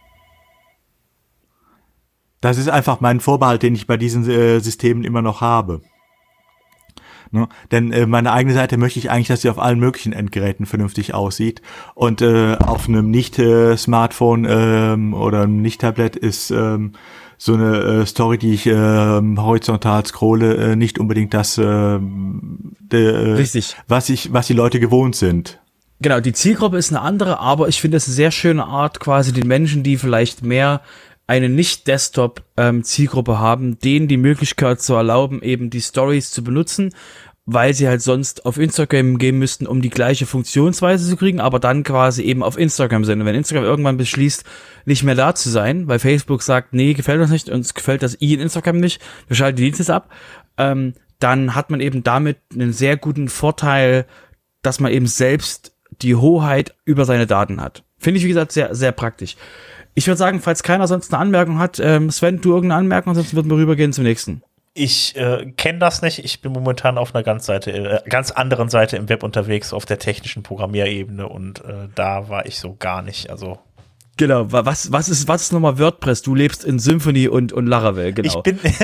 Das ist einfach mein Vorbehalt, den ich bei diesen Systemen immer noch habe. Ne? Denn meine eigene Seite möchte ich eigentlich, dass sie auf allen möglichen Endgeräten vernünftig aussieht. Und auf einem Nicht-Smartphone oder einem Nicht-Tablet ist so eine Story, die ich horizontal scrolle, nicht unbedingt das, Richtig. was die Leute gewohnt sind. Genau, die Zielgruppe ist eine andere, aber ich finde es eine sehr schöne Art, quasi den Menschen, die vielleicht mehr eine Nicht-Desktop-Zielgruppe haben, denen die Möglichkeit zu erlauben, eben die Stories zu benutzen, weil sie halt sonst auf Instagram gehen müssten, um die gleiche Funktionsweise zu kriegen, aber dann quasi eben auf Instagram sind. Und wenn Instagram irgendwann beschließt, nicht mehr da zu sein, weil Facebook sagt, nee, gefällt uns nicht, uns gefällt das in Instagram nicht, wir schalten die Dienste ab, dann hat man eben damit einen sehr guten Vorteil, dass man eben selbst die Hoheit über seine Daten hat. Finde ich, wie gesagt, sehr, sehr praktisch. Ich würde sagen, falls keiner sonst eine Anmerkung hat, Sven, du irgendeine Anmerkung, sonst würden wir rübergehen zum nächsten. Ich kenne das nicht. Ich bin momentan auf einer ganz anderen Seite im Web unterwegs, auf der technischen Programmierebene und da war ich so gar nicht. Also genau, was ist nochmal WordPress? Du lebst in Symfony und Laravel, genau.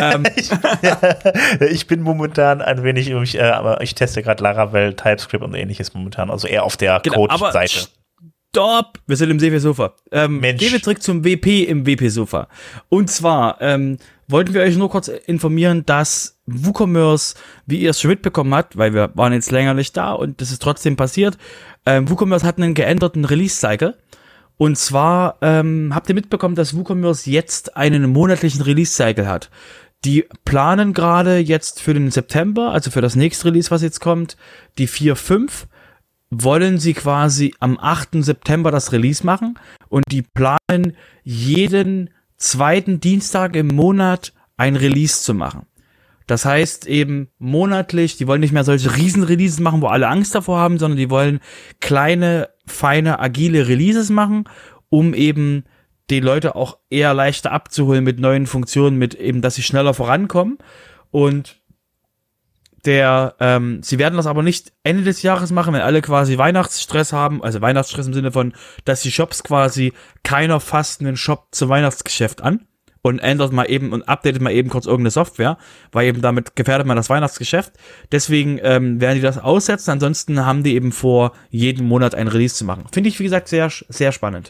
Ich bin momentan ein wenig, aber ich teste gerade Laravel, TypeScript und ähnliches momentan, also eher auf der Code-Seite. Stopp! Wir sind im WP-Sofa. Mensch. Gehen wir zurück zum WP im WP-Sofa. Und zwar wollten wir euch nur kurz informieren, dass WooCommerce, wie ihr es schon mitbekommen habt, weil wir waren jetzt länger nicht da und das ist trotzdem passiert, WooCommerce hat einen geänderten Release-Cycle. Und zwar habt ihr mitbekommen, dass WooCommerce jetzt einen monatlichen Release-Cycle hat. Die planen gerade jetzt für den September, also für das nächste Release, was jetzt kommt, die 4.5, wollen sie quasi am 8. September das Release machen und die planen jeden zweiten Dienstag im Monat ein Release zu machen. Das heißt eben monatlich, die wollen nicht mehr solche Riesen-Releases machen, wo alle Angst davor haben, sondern die wollen kleine, feine, agile Releases machen, um eben die Leute auch eher leichter abzuholen mit neuen Funktionen, mit eben, dass sie schneller vorankommen. Und sie werden das aber nicht Ende des Jahres machen, wenn alle quasi Weihnachtsstress haben, also Weihnachtsstress im Sinne von, dass die Shops quasi, keiner fasst einen Shop zum Weihnachtsgeschäft an und ändert mal eben und updatet mal eben kurz irgendeine Software, weil eben damit gefährdet man das Weihnachtsgeschäft. Deswegen werden die das aussetzen, ansonsten haben die eben vor, jeden Monat ein Release zu machen. Finde ich, wie gesagt, sehr, sehr spannend.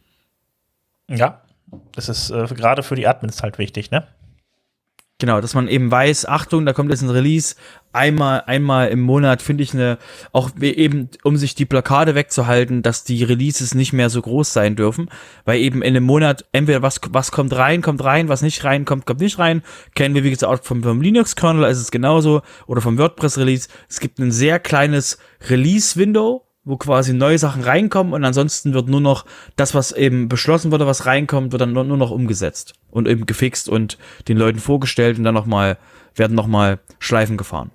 Ja, das ist gerade für die Admins halt wichtig, ne? Genau, dass man eben weiß, Achtung, da kommt jetzt ein Release, einmal im Monat, finde ich auch eben, um sich die Blockade wegzuhalten, dass die Releases nicht mehr so groß sein dürfen, weil eben in einem Monat entweder was kommt rein, was nicht rein, kommt nicht rein, kennen wir wie gesagt auch vom Linux-Kernel, ist es genauso, oder vom WordPress-Release, es gibt ein sehr kleines Release-Window, wo quasi neue Sachen reinkommen und ansonsten wird nur noch das, was eben beschlossen wurde, was reinkommt, wird dann nur noch umgesetzt und eben gefixt und den Leuten vorgestellt und dann werden nochmal Schleifen gefahren.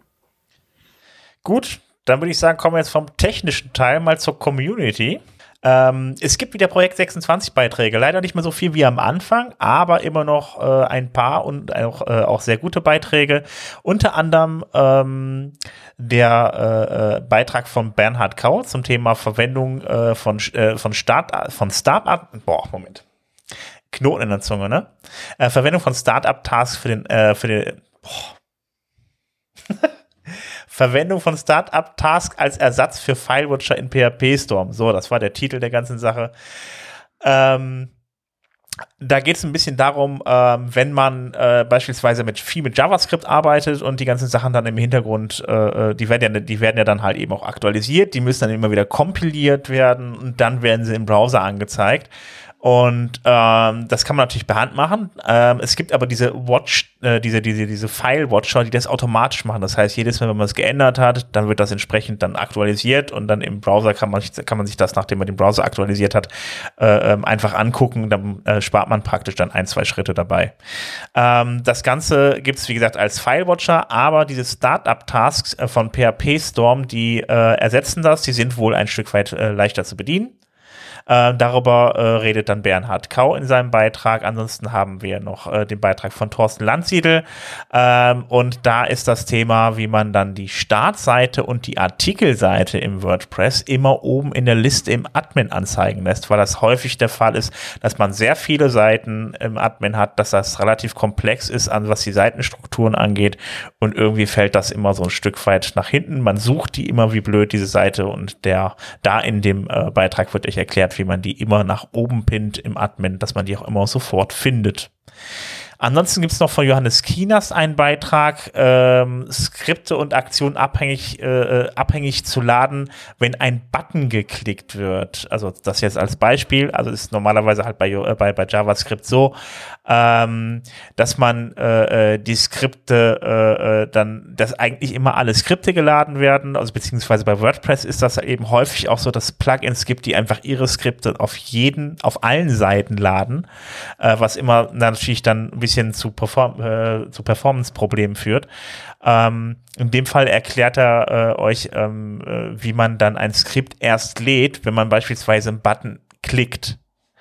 Gut, dann würde ich sagen, kommen wir jetzt vom technischen Teil mal zur Community. Es gibt wieder Projekt 26 Beiträge, leider nicht mehr so viel wie am Anfang, aber immer noch ein paar und auch sehr gute Beiträge. Unter anderem der Beitrag von Bernhard Kau zum Thema Verwendung von Startup. Knoten in der Zunge, ne? Verwendung von Startup-Tasks für den Verwendung von Startup-Task als Ersatz für FileWatcher in PHP Storm. So, das war der Titel der ganzen Sache. Da geht es ein bisschen darum, wenn man beispielsweise viel mit JavaScript arbeitet und die ganzen Sachen dann im Hintergrund, die werden ja dann halt eben auch aktualisiert, die müssen dann immer wieder kompiliert werden und dann werden sie im Browser angezeigt. Und das kann man natürlich per Hand machen. Es gibt aber diese diese File-Watcher, die das automatisch machen. Das heißt, jedes Mal, wenn man es geändert hat, dann wird das entsprechend dann aktualisiert und dann im Browser kann man sich das, nachdem man den Browser aktualisiert hat, einfach angucken. Dann spart man praktisch dann 1-2 Schritte dabei. Das Ganze gibt es, wie gesagt, als File-Watcher, aber diese Startup-Tasks von PHP Storm, die ersetzen das. Die sind wohl ein Stück weit leichter zu bedienen. Darüber redet dann Bernhard Kau in seinem Beitrag. Ansonsten haben wir noch den Beitrag von Thorsten Landsiedel. Und da ist das Thema, wie man dann die Startseite und die Artikelseite im WordPress immer oben in der Liste im Admin anzeigen lässt, weil das häufig der Fall ist, dass man sehr viele Seiten im Admin hat, dass das relativ komplex ist, was die Seitenstrukturen angeht. Und irgendwie fällt das immer so ein Stück weit nach hinten. Man sucht die immer wie blöd, diese Seite. Und da in dem Beitrag wird euch erklärt, wie man die immer nach oben pinnt im Admin, dass man die auch immer sofort findet. Ansonsten gibt es noch von Johannes Kienast einen Beitrag, Skripte und Aktionen abhängig zu laden, wenn ein Button geklickt wird. Also das jetzt als Beispiel, also ist normalerweise halt bei JavaScript so, dass man die Skripte dass eigentlich immer alle Skripte geladen werden, also beziehungsweise bei WordPress ist das eben häufig auch so, dass es Plugins gibt, die einfach ihre Skripte auf allen Seiten laden, was immer natürlich dann ein bisschen zu Performance-Problemen führt. In dem Fall erklärt er euch, wie man dann ein Skript erst lädt, wenn man beispielsweise einen Button klickt.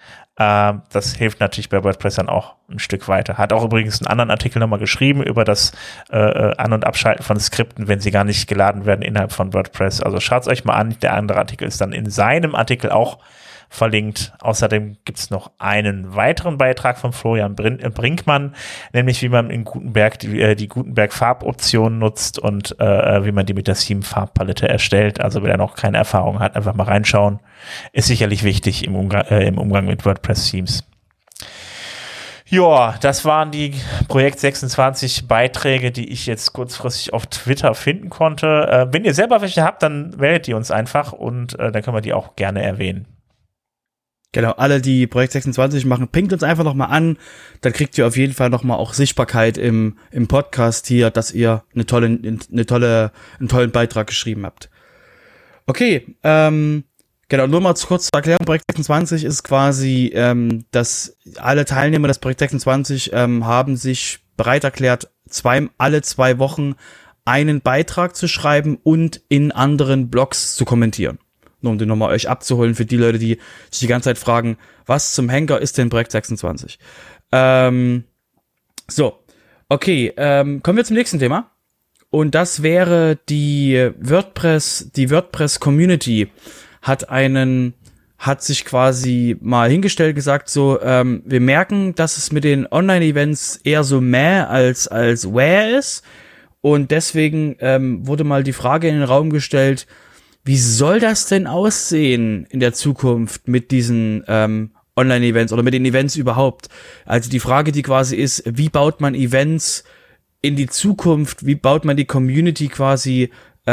Das hilft natürlich bei WordPress dann auch ein Stück weiter. Hat auch übrigens einen anderen Artikel nochmal geschrieben über das An- und Abschalten von Skripten, wenn sie gar nicht geladen werden innerhalb von WordPress. Also schaut es euch mal an. Der andere Artikel ist dann in seinem Artikel auch verlinkt. Außerdem gibt es noch einen weiteren Beitrag von Florian Brinkmann, nämlich wie man in Gutenberg die Gutenberg-Farboption nutzt und wie man die mit der Theme-Farbpalette erstellt. Also wer da noch keine Erfahrung hat, einfach mal reinschauen. Ist sicherlich wichtig im Umgang mit WordPress-Themes. Ja, das waren die Projekt 26 Beiträge, die ich jetzt kurzfristig auf Twitter finden konnte. Wenn ihr selber welche habt, dann meldet die uns einfach und dann können wir die auch gerne erwähnen. Genau, alle, die Projekt 26 machen, pinkt uns einfach nochmal an, dann kriegt ihr auf jeden Fall nochmal auch Sichtbarkeit im Podcast hier, dass ihr einen tollen Beitrag geschrieben habt. Okay, genau, nur mal kurz zur Erklärung, Projekt 26 ist quasi, dass alle Teilnehmer des Projekt 26 haben sich bereit erklärt, alle 2 Wochen einen Beitrag zu schreiben und in anderen Blogs zu kommentieren. Nur um den nochmal euch abzuholen für die Leute, die sich die ganze Zeit fragen, was zum Henker ist denn Projekt 26? So, okay, kommen wir zum nächsten Thema. Und das wäre die WordPress-Community hat sich quasi mal hingestellt, gesagt so, wir merken, dass es mit den Online-Events eher so als where ist. Und deswegen wurde mal die Frage in den Raum gestellt, wie soll das denn aussehen in der Zukunft mit diesen Online-Events oder mit den Events überhaupt? Also die Frage, die quasi ist, wie baut man Events in die Zukunft, wie baut man die Community quasi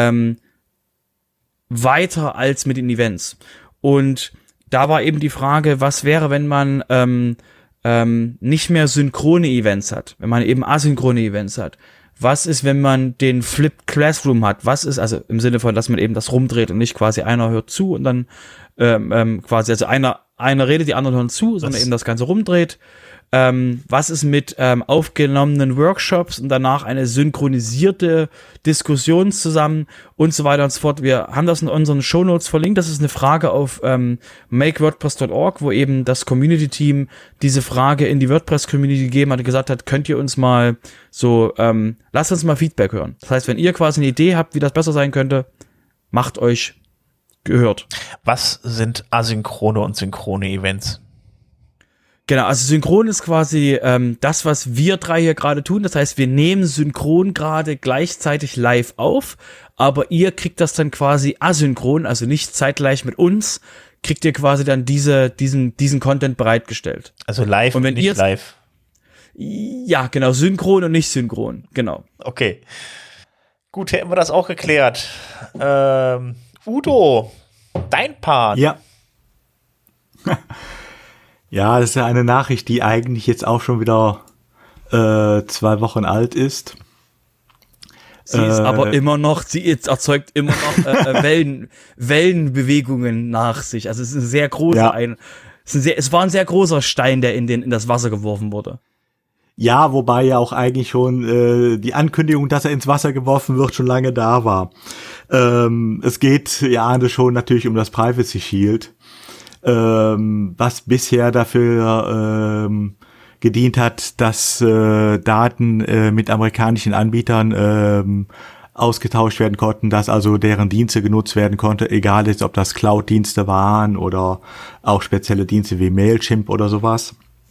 weiter als mit den Events? Und da war eben die Frage, was wäre, wenn man nicht mehr synchrone Events hat, wenn man eben asynchrone Events hat? Was ist, wenn man den Flipped Classroom hat? Was ist, also im Sinne von, dass man eben das rumdreht und nicht quasi einer hört zu und dann quasi, also einer redet, die anderen hören zu, sondern eben das Ganze rumdreht. Was ist mit aufgenommenen Workshops und danach eine synchronisierte Diskussion zusammen und so weiter und so fort. Wir haben das in unseren Shownotes verlinkt. Das ist eine Frage auf makewordpress.org, wo eben das Community-Team diese Frage in die WordPress-Community gegeben hat und gesagt hat, könnt ihr uns mal so, lasst uns mal Feedback hören. Das heißt, wenn ihr quasi eine Idee habt, wie das besser sein könnte, macht euch gehört. Was sind asynchrone und synchrone Events? Genau, also synchron ist quasi das, was wir 3 hier gerade tun. Das heißt, wir nehmen synchron gerade gleichzeitig live auf, aber ihr kriegt das dann quasi asynchron, also nicht zeitgleich mit uns, kriegt ihr quasi dann diesen Content bereitgestellt. Also live und wenn nicht ihr jetzt, live. Ja, genau, synchron und nicht synchron, genau. Okay. Gut, hätten wir das auch geklärt. Udo, dein Part. Ja. Ja, das ist ja eine Nachricht, die eigentlich jetzt auch schon wieder 2 Wochen alt ist. Sie ist aber immer noch, erzeugt immer noch Wellenbewegungen nach sich. Also es ist ein sehr großer, es war ein sehr großer Stein, der in das Wasser geworfen wurde. Ja, wobei ja auch eigentlich schon die Ankündigung, dass er ins Wasser geworfen wird, schon lange da war. Es geht, ihr ahnt schon, natürlich um das Privacy Shield, was bisher dafür gedient hat, dass Daten mit amerikanischen Anbietern ausgetauscht werden konnten, dass also deren Dienste genutzt werden konnte, egal jetzt, ob das Cloud-Dienste waren oder auch spezielle Dienste wie Mailchimp oder sowas.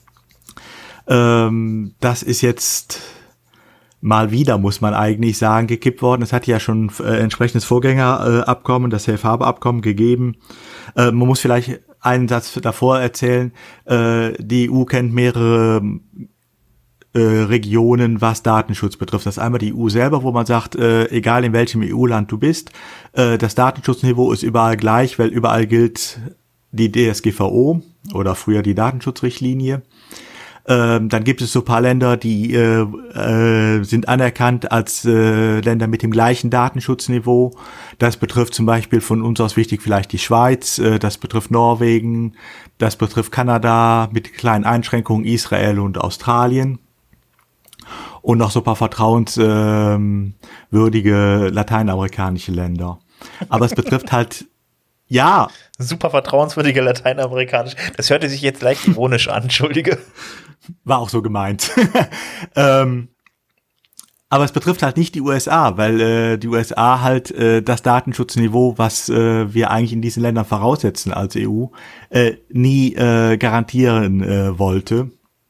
Das ist jetzt mal wieder, muss man eigentlich sagen, gekippt worden. Es hat ja schon entsprechendes Vorgängerabkommen, das Safe Harbor Abkommen gegeben. Man muss vielleicht einen Satz davor erzählen. Die EU kennt mehrere Regionen, was Datenschutz betrifft. Das ist einmal die EU selber, wo man sagt, egal in welchem EU-Land du bist, das Datenschutzniveau ist überall gleich, weil überall gilt die DSGVO oder früher die Datenschutzrichtlinie. Dann gibt es so ein paar Länder, die sind anerkannt als Länder mit dem gleichen Datenschutzniveau. Das betrifft zum Beispiel von uns aus wichtig vielleicht die Schweiz, das betrifft Norwegen, das betrifft Kanada mit kleinen Einschränkungen, Israel und Australien. Und noch so ein paar vertrauenswürdige lateinamerikanische Länder. Aber es betrifft halt, ja. Super vertrauenswürdige lateinamerikanische. Das hörte sich jetzt leicht ironisch an, entschuldige. War auch so gemeint. Aber es betrifft halt nicht die USA, weil die USA halt das Datenschutzniveau, was wir eigentlich in diesen Ländern voraussetzen als EU, nie garantieren wollte.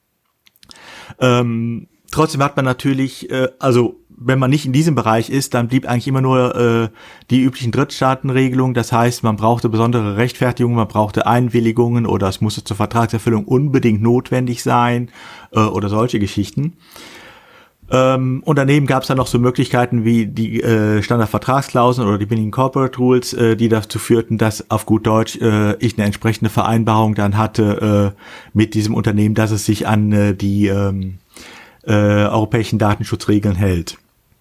Trotzdem hat man natürlich, also wenn man nicht in diesem Bereich ist, dann blieb eigentlich immer nur die üblichen Drittstaatenregelungen. Das heißt, man brauchte besondere Rechtfertigungen, man brauchte Einwilligungen oder es musste zur Vertragserfüllung unbedingt notwendig sein oder solche Geschichten. Und daneben gab es dann noch so Möglichkeiten wie die Standardvertragsklauseln oder die Binding Corporate Rules, die dazu führten, dass auf gut Deutsch ich eine entsprechende Vereinbarung dann hatte mit diesem Unternehmen, dass es sich an die europäischen Datenschutzregeln hält.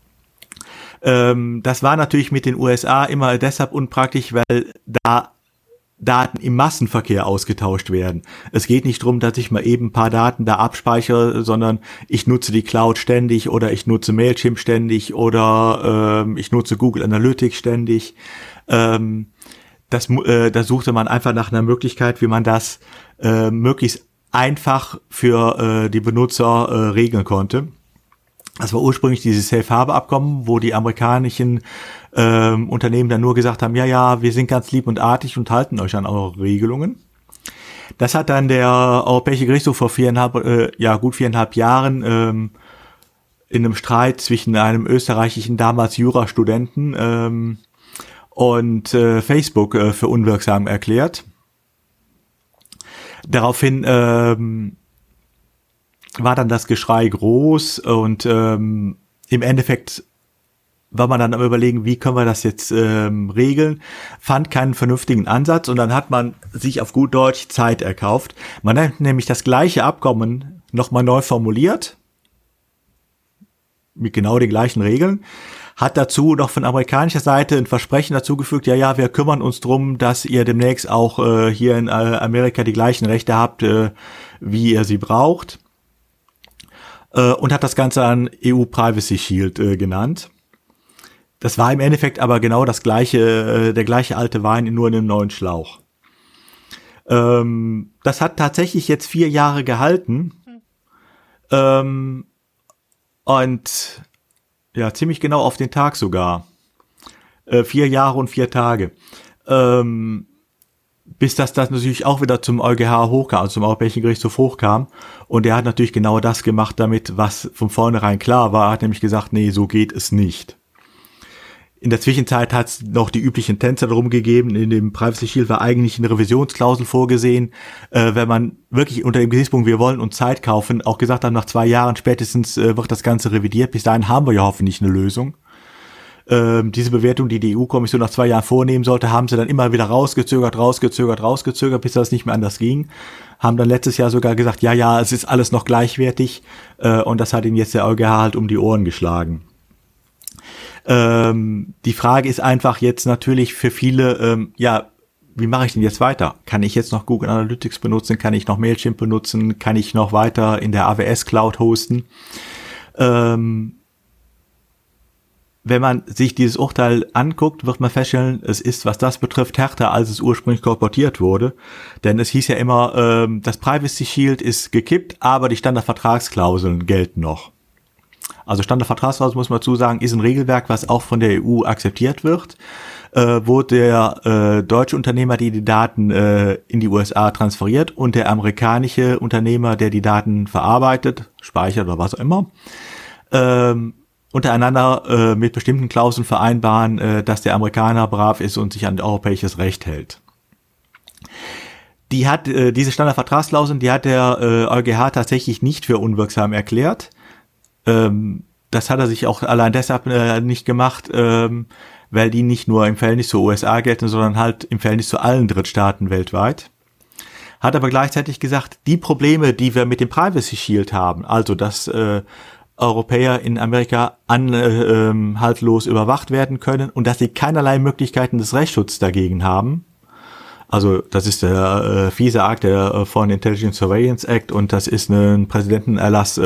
Das war natürlich mit den USA immer deshalb unpraktisch, weil da Daten im Massenverkehr ausgetauscht werden. Es geht nicht darum, dass ich mal eben ein paar Daten da abspeichere, sondern ich nutze die Cloud ständig oder ich nutze Mailchimp ständig oder ich nutze Google Analytics ständig. Da suchte man einfach nach einer Möglichkeit, wie man das möglichst einfach für die Benutzer regeln konnte. Das war ursprünglich dieses Safe Harbor Abkommen, wo die amerikanischen Unternehmen dann nur gesagt haben, ja, wir sind ganz lieb und artig und halten euch an eure Regelungen. Das hat dann der Europäische Gerichtshof vor gut 4,5 Jahren in einem Streit zwischen einem österreichischen damals Jurastudenten und Facebook für unwirksam erklärt. Daraufhin war dann das Geschrei groß und im Endeffekt war man dann am Überlegen, wie können wir das jetzt regeln, fand keinen vernünftigen Ansatz und dann hat man sich auf gut Deutsch Zeit erkauft. Man hat nämlich das gleiche Abkommen nochmal neu formuliert, mit genau den gleichen Regeln, hat dazu noch von amerikanischer Seite ein Versprechen dazugefügt, ja, wir kümmern uns drum, dass ihr demnächst auch hier in Amerika die gleichen Rechte habt, wie ihr sie braucht. Und hat das Ganze an EU Privacy Shield genannt. Das war im Endeffekt aber genau das gleiche, der gleiche alte Wein, nur in einem neuen Schlauch. Das hat tatsächlich jetzt 4 Jahre gehalten. Und ja, ziemlich genau auf den Tag sogar. 4 Jahre und 4 Tage. Bis das natürlich auch wieder zum EuGH hochkam, also zum Europäischen Gerichtshof hochkam. Und er hat natürlich genau das gemacht damit, was von vornherein klar war. Er hat nämlich gesagt, nee, so geht es nicht. In der Zwischenzeit hat es noch die üblichen Tänzer darum gegeben. In dem Privacy Shield war eigentlich eine Revisionsklausel vorgesehen, wenn man wirklich unter dem Gesichtspunkt, wir wollen uns Zeit kaufen, auch gesagt hat, nach 2 Jahren spätestens wird das Ganze revidiert. Bis dahin haben wir ja hoffentlich eine Lösung. Diese Bewertung, die die EU-Kommission nach 2 Jahren vornehmen sollte, haben sie dann immer wieder rausgezögert, bis das nicht mehr anders ging. Haben dann letztes Jahr sogar gesagt, ja, es ist alles noch gleichwertig. Und das hat ihnen jetzt der EuGH halt um die Ohren geschlagen. Die Frage ist einfach jetzt natürlich für viele, wie mache ich denn jetzt weiter? Kann ich jetzt noch Google Analytics benutzen? Kann ich noch Mailchimp benutzen? Kann ich noch weiter in der AWS Cloud hosten? Wenn man sich dieses Urteil anguckt, wird man feststellen, es ist, was das betrifft, härter, als es ursprünglich kolportiert wurde. Denn es hieß ja immer, das Privacy Shield ist gekippt, aber die Standardvertragsklauseln gelten noch. Also Standardvertragsklauseln, muss man dazu sagen, ist ein Regelwerk, was auch von der EU akzeptiert wird, wo der deutsche Unternehmer, der die Daten in die USA transferiert, und der amerikanische Unternehmer, der die Daten verarbeitet, speichert oder was auch immer, untereinander mit bestimmten Klauseln vereinbaren, dass der Amerikaner brav ist und sich an europäisches Recht hält. Diese Standardvertragsklauseln, die hat der EuGH tatsächlich nicht für unwirksam erklärt. Das hat er sich auch allein deshalb nicht gemacht, weil die nicht nur im Verhältnis zur USA gelten, sondern halt im Verhältnis zu allen Drittstaaten weltweit. Hat aber gleichzeitig gesagt, die Probleme, die wir mit dem Privacy Shield haben, also dass Europäer in Amerika anhaltlos überwacht werden können und dass sie keinerlei Möglichkeiten des Rechtsschutzes dagegen haben. Also das ist der FISA-Akt, der Foreign Intelligence Surveillance Act, und das ist ein Präsidentenerlass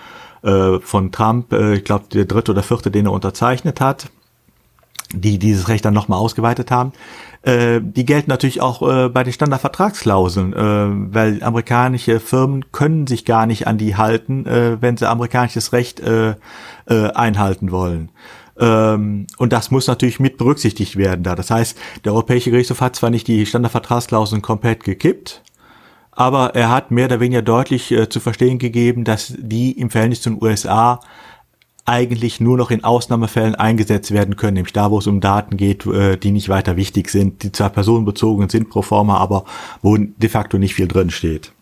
von Trump, ich glaube der 3. oder 4., den er unterzeichnet hat, die dieses Recht dann nochmal ausgeweitet haben. Die gelten natürlich auch bei den Standardvertragsklauseln, weil amerikanische Firmen können sich gar nicht an die halten, wenn sie amerikanisches Recht einhalten wollen. Und das muss natürlich mit berücksichtigt werden da. Das heißt, der Europäische Gerichtshof hat zwar nicht die Standardvertragsklauseln komplett gekippt, aber er hat mehr oder weniger deutlich zu verstehen gegeben, dass die im Verhältnis zu den USA eigentlich nur noch in Ausnahmefällen eingesetzt werden können, nämlich da, wo es um Daten geht, die nicht weiter wichtig sind, die zwar personenbezogen sind pro forma, aber wo de facto nicht viel drin steht.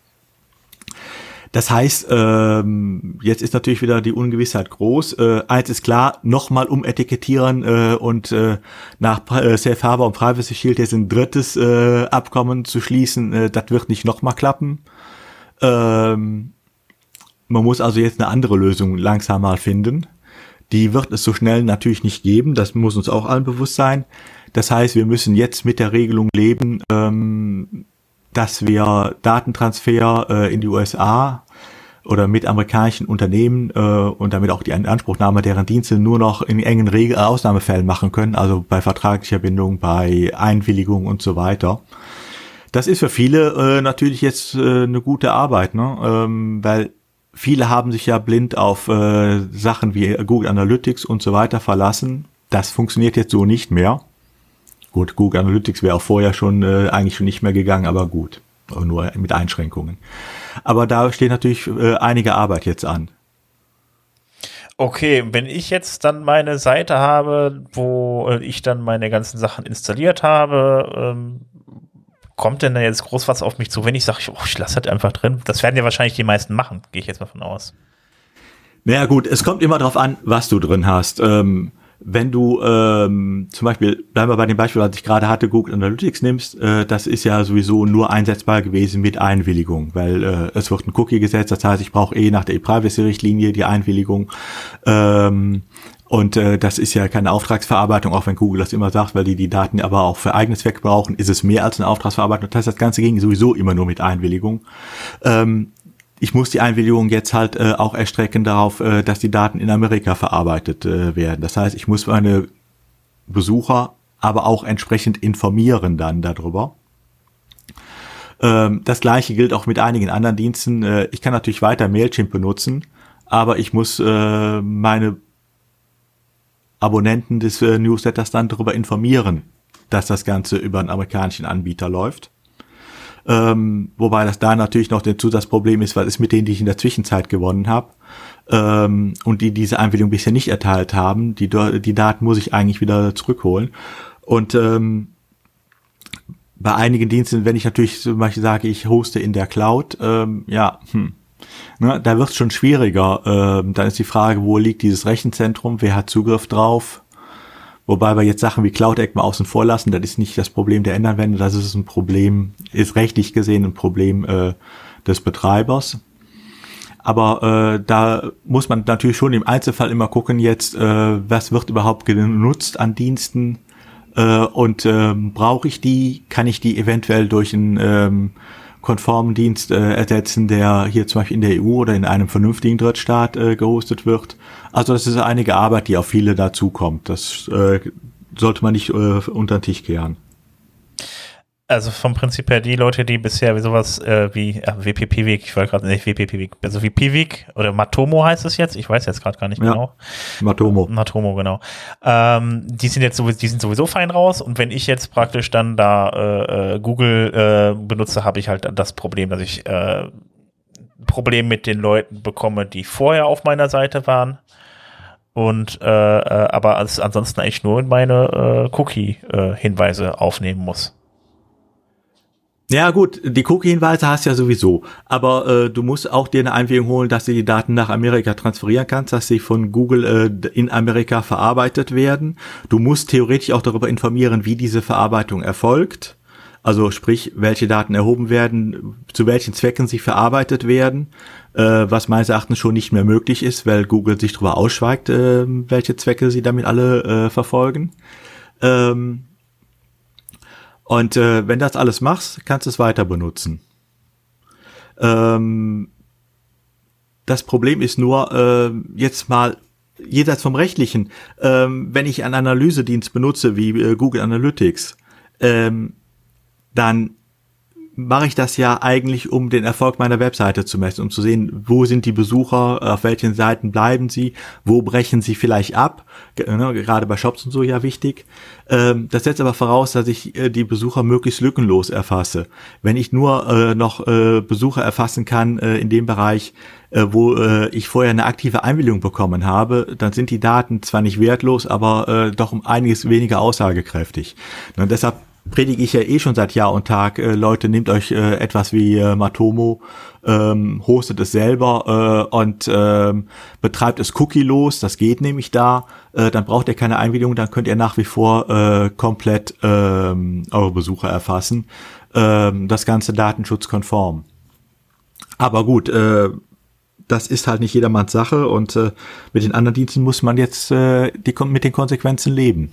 Das heißt, jetzt ist natürlich wieder die Ungewissheit groß. Eins ist klar, nochmal umetikettieren und nach Safe Harbor und Privacy Shield jetzt ein drittes Abkommen zu schließen, das wird nicht nochmal klappen. Man muss also jetzt eine andere Lösung langsam mal finden. Die wird es so schnell natürlich nicht geben, das muss uns auch allen bewusst sein. Das heißt, wir müssen jetzt mit der Regelung leben, dass wir Datentransfer in die USA oder mit amerikanischen Unternehmen und damit auch die Inanspruchnahme deren Dienste nur noch in engen Ausnahmefällen machen können, also bei vertraglicher Bindung, bei Einwilligung und so weiter. Das ist für viele natürlich jetzt eine gute Arbeit, ne? Weil viele haben sich ja blind auf Sachen wie Google Analytics und so weiter verlassen. Das funktioniert jetzt so nicht mehr. Gut, Google Analytics wäre auch vorher schon eigentlich schon nicht mehr gegangen, aber gut, nur mit Einschränkungen. Aber da steht natürlich einige Arbeit jetzt an. Okay, wenn ich jetzt dann meine Seite habe, wo ich dann meine ganzen Sachen installiert habe, kommt denn da jetzt groß was auf mich zu, wenn ich sage, ich lasse das einfach drin? Das werden ja wahrscheinlich die meisten machen, gehe ich jetzt mal von aus. Naja gut, es kommt immer darauf an, was du drin hast. Wenn du zum Beispiel, bleiben wir bei dem Beispiel, was ich gerade hatte, Google Analytics nimmst, das ist ja sowieso nur einsetzbar gewesen mit Einwilligung, weil es wird ein Cookie gesetzt, das heißt, ich brauche nach der E-Privacy-Richtlinie die Einwilligung. Und das ist ja keine Auftragsverarbeitung, auch wenn Google das immer sagt, weil die Daten aber auch für eigene Zwecke brauchen, ist es mehr als eine Auftragsverarbeitung. Das heißt, das Ganze ging sowieso immer nur mit Einwilligung. Ich muss die Einwilligung jetzt halt auch erstrecken darauf, dass die Daten in Amerika verarbeitet werden. Das heißt, ich muss meine Besucher aber auch entsprechend informieren dann darüber. Das Gleiche gilt auch mit einigen anderen Diensten. Ich kann natürlich weiter Mailchimp benutzen, aber ich muss meine Abonnenten des Newsletters dann darüber informieren, dass das Ganze über einen amerikanischen Anbieter läuft. Wobei das da natürlich noch dazu das Problem ist, was ist mit denen, die ich in der Zwischenzeit gewonnen habe, und die diese Einwilligung bisher nicht erteilt haben. Die Daten muss ich eigentlich wieder zurückholen. Und bei einigen Diensten, wenn ich natürlich zum Beispiel sage, ich hoste in der Cloud, da wird es schon schwieriger. Dann ist die Frage, wo liegt dieses Rechenzentrum, wer hat Zugriff drauf? Wobei wir jetzt Sachen wie CloudEgg mal außen vor lassen, das ist nicht das Problem der Endanwender, das ist ein Problem, ist rechtlich gesehen ein Problem des Betreibers. Aber da muss man natürlich schon im Einzelfall immer gucken jetzt, was wird überhaupt genutzt an Diensten, und brauche ich die, kann ich die eventuell durch einen konformen Dienst ersetzen, der hier zum Beispiel in der EU oder in einem vernünftigen Drittstaat gehostet wird. Also das ist einige Arbeit, die auf viele dazukommt. Das sollte man nicht unter den Tisch kehren. Also vom Prinzip her die Leute, die bisher sowas wie WP-Piwik, ich wollte gerade nicht WP-Piwik, also wie Piwik oder Matomo heißt es jetzt, ich weiß jetzt gerade gar nicht genau. Matomo, genau. Die sind sowieso fein raus, und wenn ich jetzt praktisch dann da Google benutze, habe ich halt das Problem, dass ich Problem mit den Leuten bekomme, die vorher auf meiner Seite waren. Und aber ansonsten eigentlich nur meine Cookie-Hinweise aufnehmen muss. Ja gut, die Cookie-Hinweise hast du ja sowieso, aber du musst auch dir eine Einwilligung holen, dass du die Daten nach Amerika transferieren kannst, dass sie von Google in Amerika verarbeitet werden. Du musst theoretisch auch darüber informieren, wie diese Verarbeitung erfolgt, also sprich, welche Daten erhoben werden, zu welchen Zwecken sie verarbeitet werden, was meines Erachtens schon nicht mehr möglich ist, weil Google sich darüber ausschweigt, welche Zwecke sie damit alle verfolgen. Und wenn das alles machst, kannst du es weiter benutzen. Das Problem ist nur, jetzt mal jenseits vom Rechtlichen, wenn ich einen Analysedienst benutze wie Google Analytics, dann mache ich das ja eigentlich, um den Erfolg meiner Webseite zu messen, um zu sehen, wo sind die Besucher, auf welchen Seiten bleiben sie, wo brechen sie vielleicht ab, gerade bei Shops und so ja wichtig. Das setzt aber voraus, dass ich die Besucher möglichst lückenlos erfasse. Wenn ich nur noch Besucher erfassen kann in dem Bereich, wo ich vorher eine aktive Einwilligung bekommen habe, dann sind die Daten zwar nicht wertlos, aber doch um einiges weniger aussagekräftig. Und deshalb predige ich ja schon seit Jahr und Tag, Leute, nehmt euch etwas wie Matomo, hostet es selber und betreibt es cookielos, das geht nämlich da, dann braucht ihr keine Einwilligung, dann könnt ihr nach wie vor komplett eure Besucher erfassen, das Ganze datenschutzkonform. Aber gut, das ist halt nicht jedermanns Sache, und mit den anderen Diensten muss man jetzt mit den Konsequenzen leben.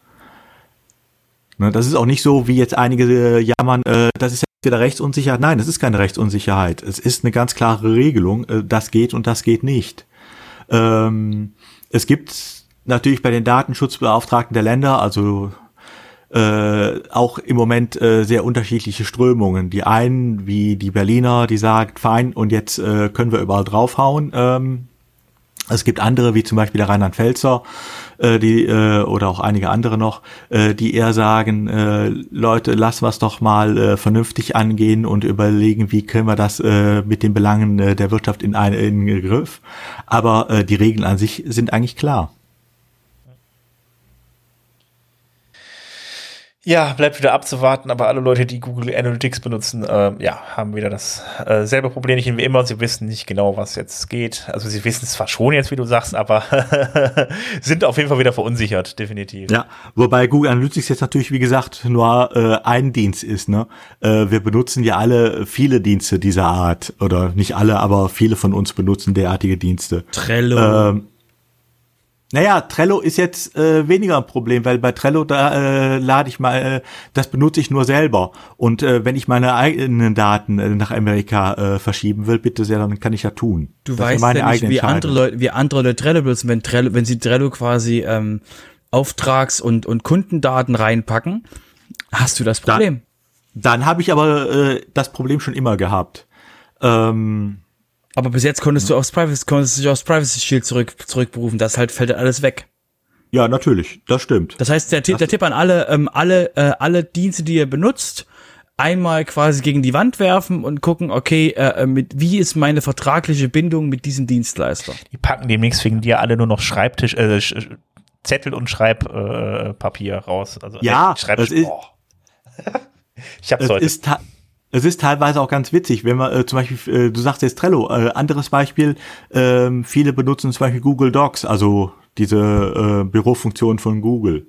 Das ist auch nicht so, wie jetzt einige jammern, das ist ja wieder Rechtsunsicherheit. Nein, das ist keine Rechtsunsicherheit. Es ist eine ganz klare Regelung, das geht und das geht nicht. Es gibt natürlich bei den Datenschutzbeauftragten der Länder, also auch im Moment sehr unterschiedliche Strömungen. Die einen, wie die Berliner, die sagen, fein, und jetzt können wir überall draufhauen. Es gibt andere, wie zum Beispiel der Rheinland-Pfälzer, oder auch einige andere noch, die eher sagen, Leute, lassen wir es doch mal vernünftig angehen und überlegen, wie können wir das mit den Belangen der Wirtschaft in den Griff. Aber die Regeln an sich sind eigentlich klar. Ja, bleibt wieder abzuwarten, aber alle Leute, die Google Analytics benutzen, haben wieder das selbe Problem wie immer. Sie wissen nicht genau, was jetzt geht. Also sie wissen es zwar schon jetzt, wie du sagst, aber sind auf jeden Fall wieder verunsichert, definitiv. Ja, wobei Google Analytics jetzt natürlich, wie gesagt, nur ein Dienst ist. Ne? Wir benutzen ja alle viele Dienste dieser Art. Oder nicht alle, aber viele von uns benutzen derartige Dienste. Trello. Naja, Trello ist jetzt weniger ein Problem, weil bei Trello, da lade ich mal, das benutze ich nur selber. Und wenn ich meine eigenen Daten nach Amerika verschieben will, bitte sehr, dann kann ich ja tun. Du weißt ja nicht, wie andere Leute Trello benutzen, wenn sie Trello quasi Auftrags- und Kundendaten reinpacken, hast du das Problem. Dann habe ich aber das Problem schon immer gehabt. Aber bis jetzt konntest du dich aufs Privacy Shield zurückberufen. Das halt fällt alles weg. Ja, natürlich. Das stimmt. Das heißt, der Tipp an alle Dienste, die ihr benutzt, einmal quasi gegen die Wand werfen und gucken, okay, wie ist meine vertragliche Bindung mit diesem Dienstleister? Die packen demnächst wegen dir alle nur noch Zettel und Schreibpapier raus. Also ja, es ist, ich hab's heute. Es ist teilweise auch ganz witzig, wenn man zum Beispiel, du sagst jetzt Trello, anderes Beispiel, viele benutzen zum Beispiel Google Docs, also diese Bürofunktion von Google.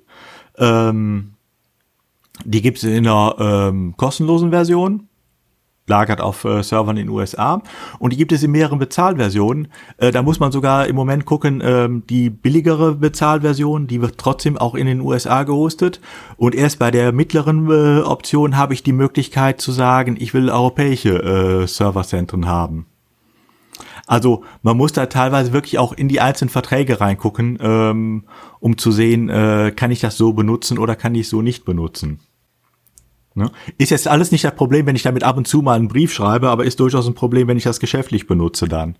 Die gibt es in einer kostenlosen Version, lagert auf Servern in den USA, und die gibt es in mehreren Bezahlversionen. Da muss man sogar im Moment gucken, die billigere Bezahlversion, die wird trotzdem auch in den USA gehostet, und erst bei der mittleren Option habe ich die Möglichkeit zu sagen, ich will europäische Serverzentren haben. Also man muss da teilweise wirklich auch in die einzelnen Verträge reingucken, um zu sehen, kann ich das so benutzen oder kann ich es so nicht benutzen. Ne? Ist jetzt alles nicht das Problem, wenn ich damit ab und zu mal einen Brief schreibe, aber ist durchaus ein Problem, wenn ich das geschäftlich benutze dann.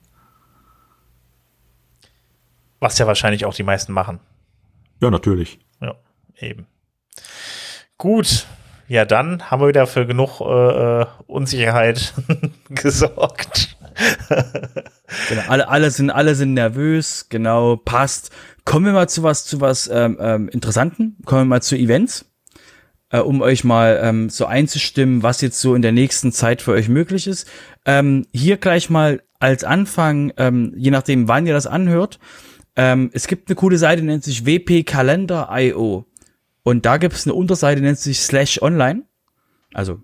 Was ja wahrscheinlich auch die meisten machen. Ja, natürlich. Ja, eben. Gut. Ja, dann haben wir wieder für genug Unsicherheit gesorgt. Genau, alle sind nervös, genau, passt. Kommen wir mal zu was Interessanten. Kommen wir mal zu Events, um euch mal so einzustimmen, was jetzt so in der nächsten Zeit für euch möglich ist. Hier gleich mal als Anfang, je nachdem, wann ihr das anhört, es gibt eine coole Seite, die nennt sich wp-kalender.io. Und da gibt es eine Unterseite, die nennt sich /online. Also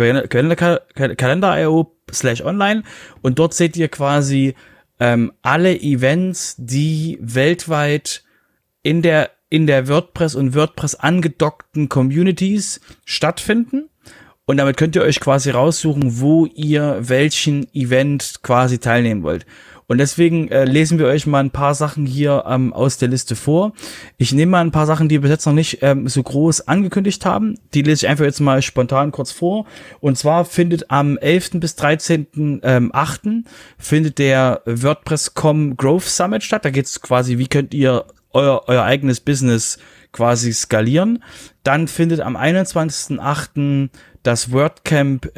wp-kalender.io/online. Und dort seht ihr quasi alle Events, die weltweit in der WordPress und WordPress angedockten Communities stattfinden. Und damit könnt ihr euch quasi raussuchen, wo ihr welchen Event quasi teilnehmen wollt. Und deswegen lesen wir euch mal ein paar Sachen hier aus der Liste vor. Ich nehme mal ein paar Sachen, die wir bis jetzt noch nicht so groß angekündigt haben. Die lese ich einfach jetzt mal spontan kurz vor. Und zwar findet am 11. bis 13.8. findet der WordPress.com Growth Summit statt. Da geht es quasi, wie könnt ihr euer eigenes Business quasi skalieren. Dann findet am 21.8. das WordCamp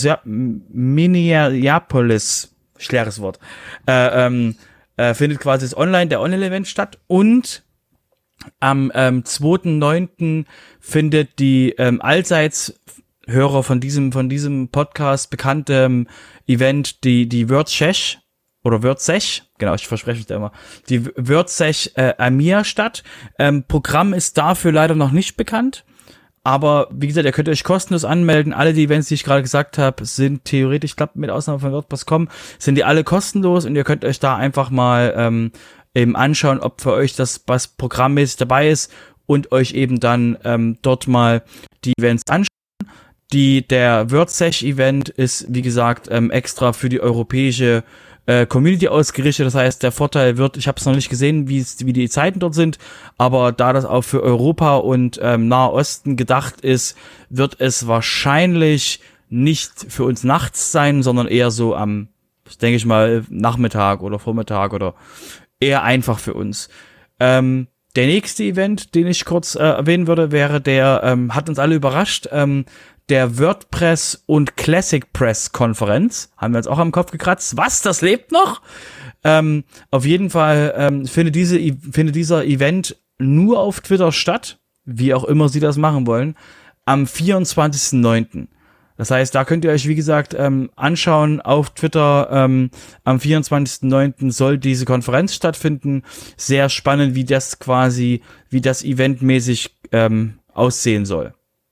Minneapolis, schweres Wort, findet quasi der Online-Event statt, und am 2.9. findet die allseits Hörer von diesem Podcast bekannte Event, die WordSesh oder WordSesh, genau, ich verspreche mich da immer, die WordSesh AMIA statt. Programm ist dafür leider noch nicht bekannt. Aber wie gesagt, ihr könnt euch kostenlos anmelden. Alle die Events, die ich gerade gesagt habe, sind theoretisch, ich glaube mit Ausnahme von WordPress.com, sind die alle kostenlos, und ihr könnt euch da einfach mal eben anschauen, ob für euch das was programmmäßig dabei ist, und euch eben dann dort mal die Events anschauen. Der WordSesh-Event ist, wie gesagt, extra für die europäische Community ausgerichtet. Das heißt, der Vorteil wird, ich habe es noch nicht gesehen, wie die Zeiten dort sind, aber da das auch für Europa und Nahe Osten gedacht ist, wird es wahrscheinlich nicht für uns nachts sein, sondern eher so am, denke ich mal, Nachmittag oder Vormittag, oder eher einfach für uns. Der nächste Event, den ich kurz erwähnen würde, wäre der, hat uns alle überrascht, der WordPress und Classic Press Konferenz. Haben wir uns auch am Kopf gekratzt. Was? Das lebt noch? Auf jeden Fall findet dieser Event nur auf Twitter statt, wie auch immer sie das machen wollen, am 24.9. Das heißt, da könnt ihr euch, wie gesagt, anschauen auf Twitter. Am 24.9. soll diese Konferenz stattfinden. Sehr spannend, wie das eventmäßig aussehen soll.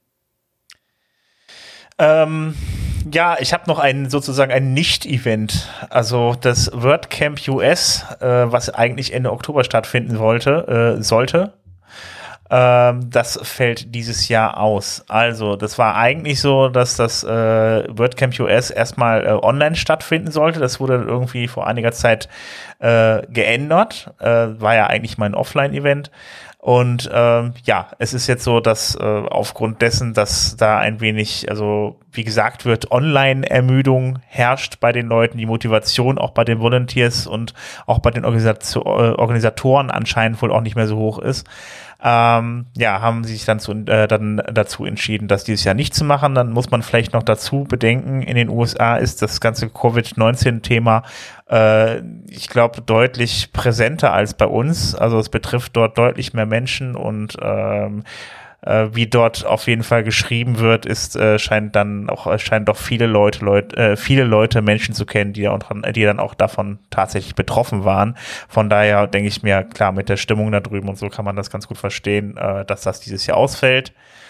Ja, ich habe noch ein Nicht-Event, also das WordCamp US, was eigentlich Ende Oktober stattfinden sollte. Das fällt dieses Jahr aus. Also das war eigentlich so, dass das WordCamp US erstmal online stattfinden sollte. Das wurde irgendwie vor einiger Zeit geändert. War ja eigentlich mal ein Offline-Event. Und es ist jetzt so, dass aufgrund dessen, dass da ein wenig, also wie gesagt wird, Online-Ermüdung herrscht bei den Leuten, die Motivation auch bei den Volunteers und auch bei den Organisatoren anscheinend wohl auch nicht mehr so hoch ist. Haben sie sich dann dazu entschieden, das dieses Jahr nicht zu machen. Dann muss man vielleicht noch dazu bedenken, in den USA ist das ganze Covid-19-Thema, ich glaube, deutlich präsenter als bei uns. Also es betrifft dort deutlich mehr Menschen und wie dort auf jeden Fall geschrieben wird, scheint doch viele Leute Menschen zu kennen, die dann auch davon tatsächlich betroffen waren. Von daher denke ich mir, klar, mit der Stimmung da drüben und so kann man das ganz gut verstehen, dass das dieses Jahr ausfällt.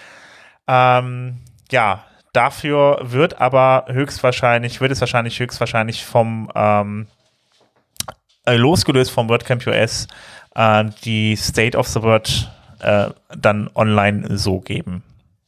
Dafür wird es höchstwahrscheinlich vom losgelöst vom WordCamp US die State of the Word dann online so geben.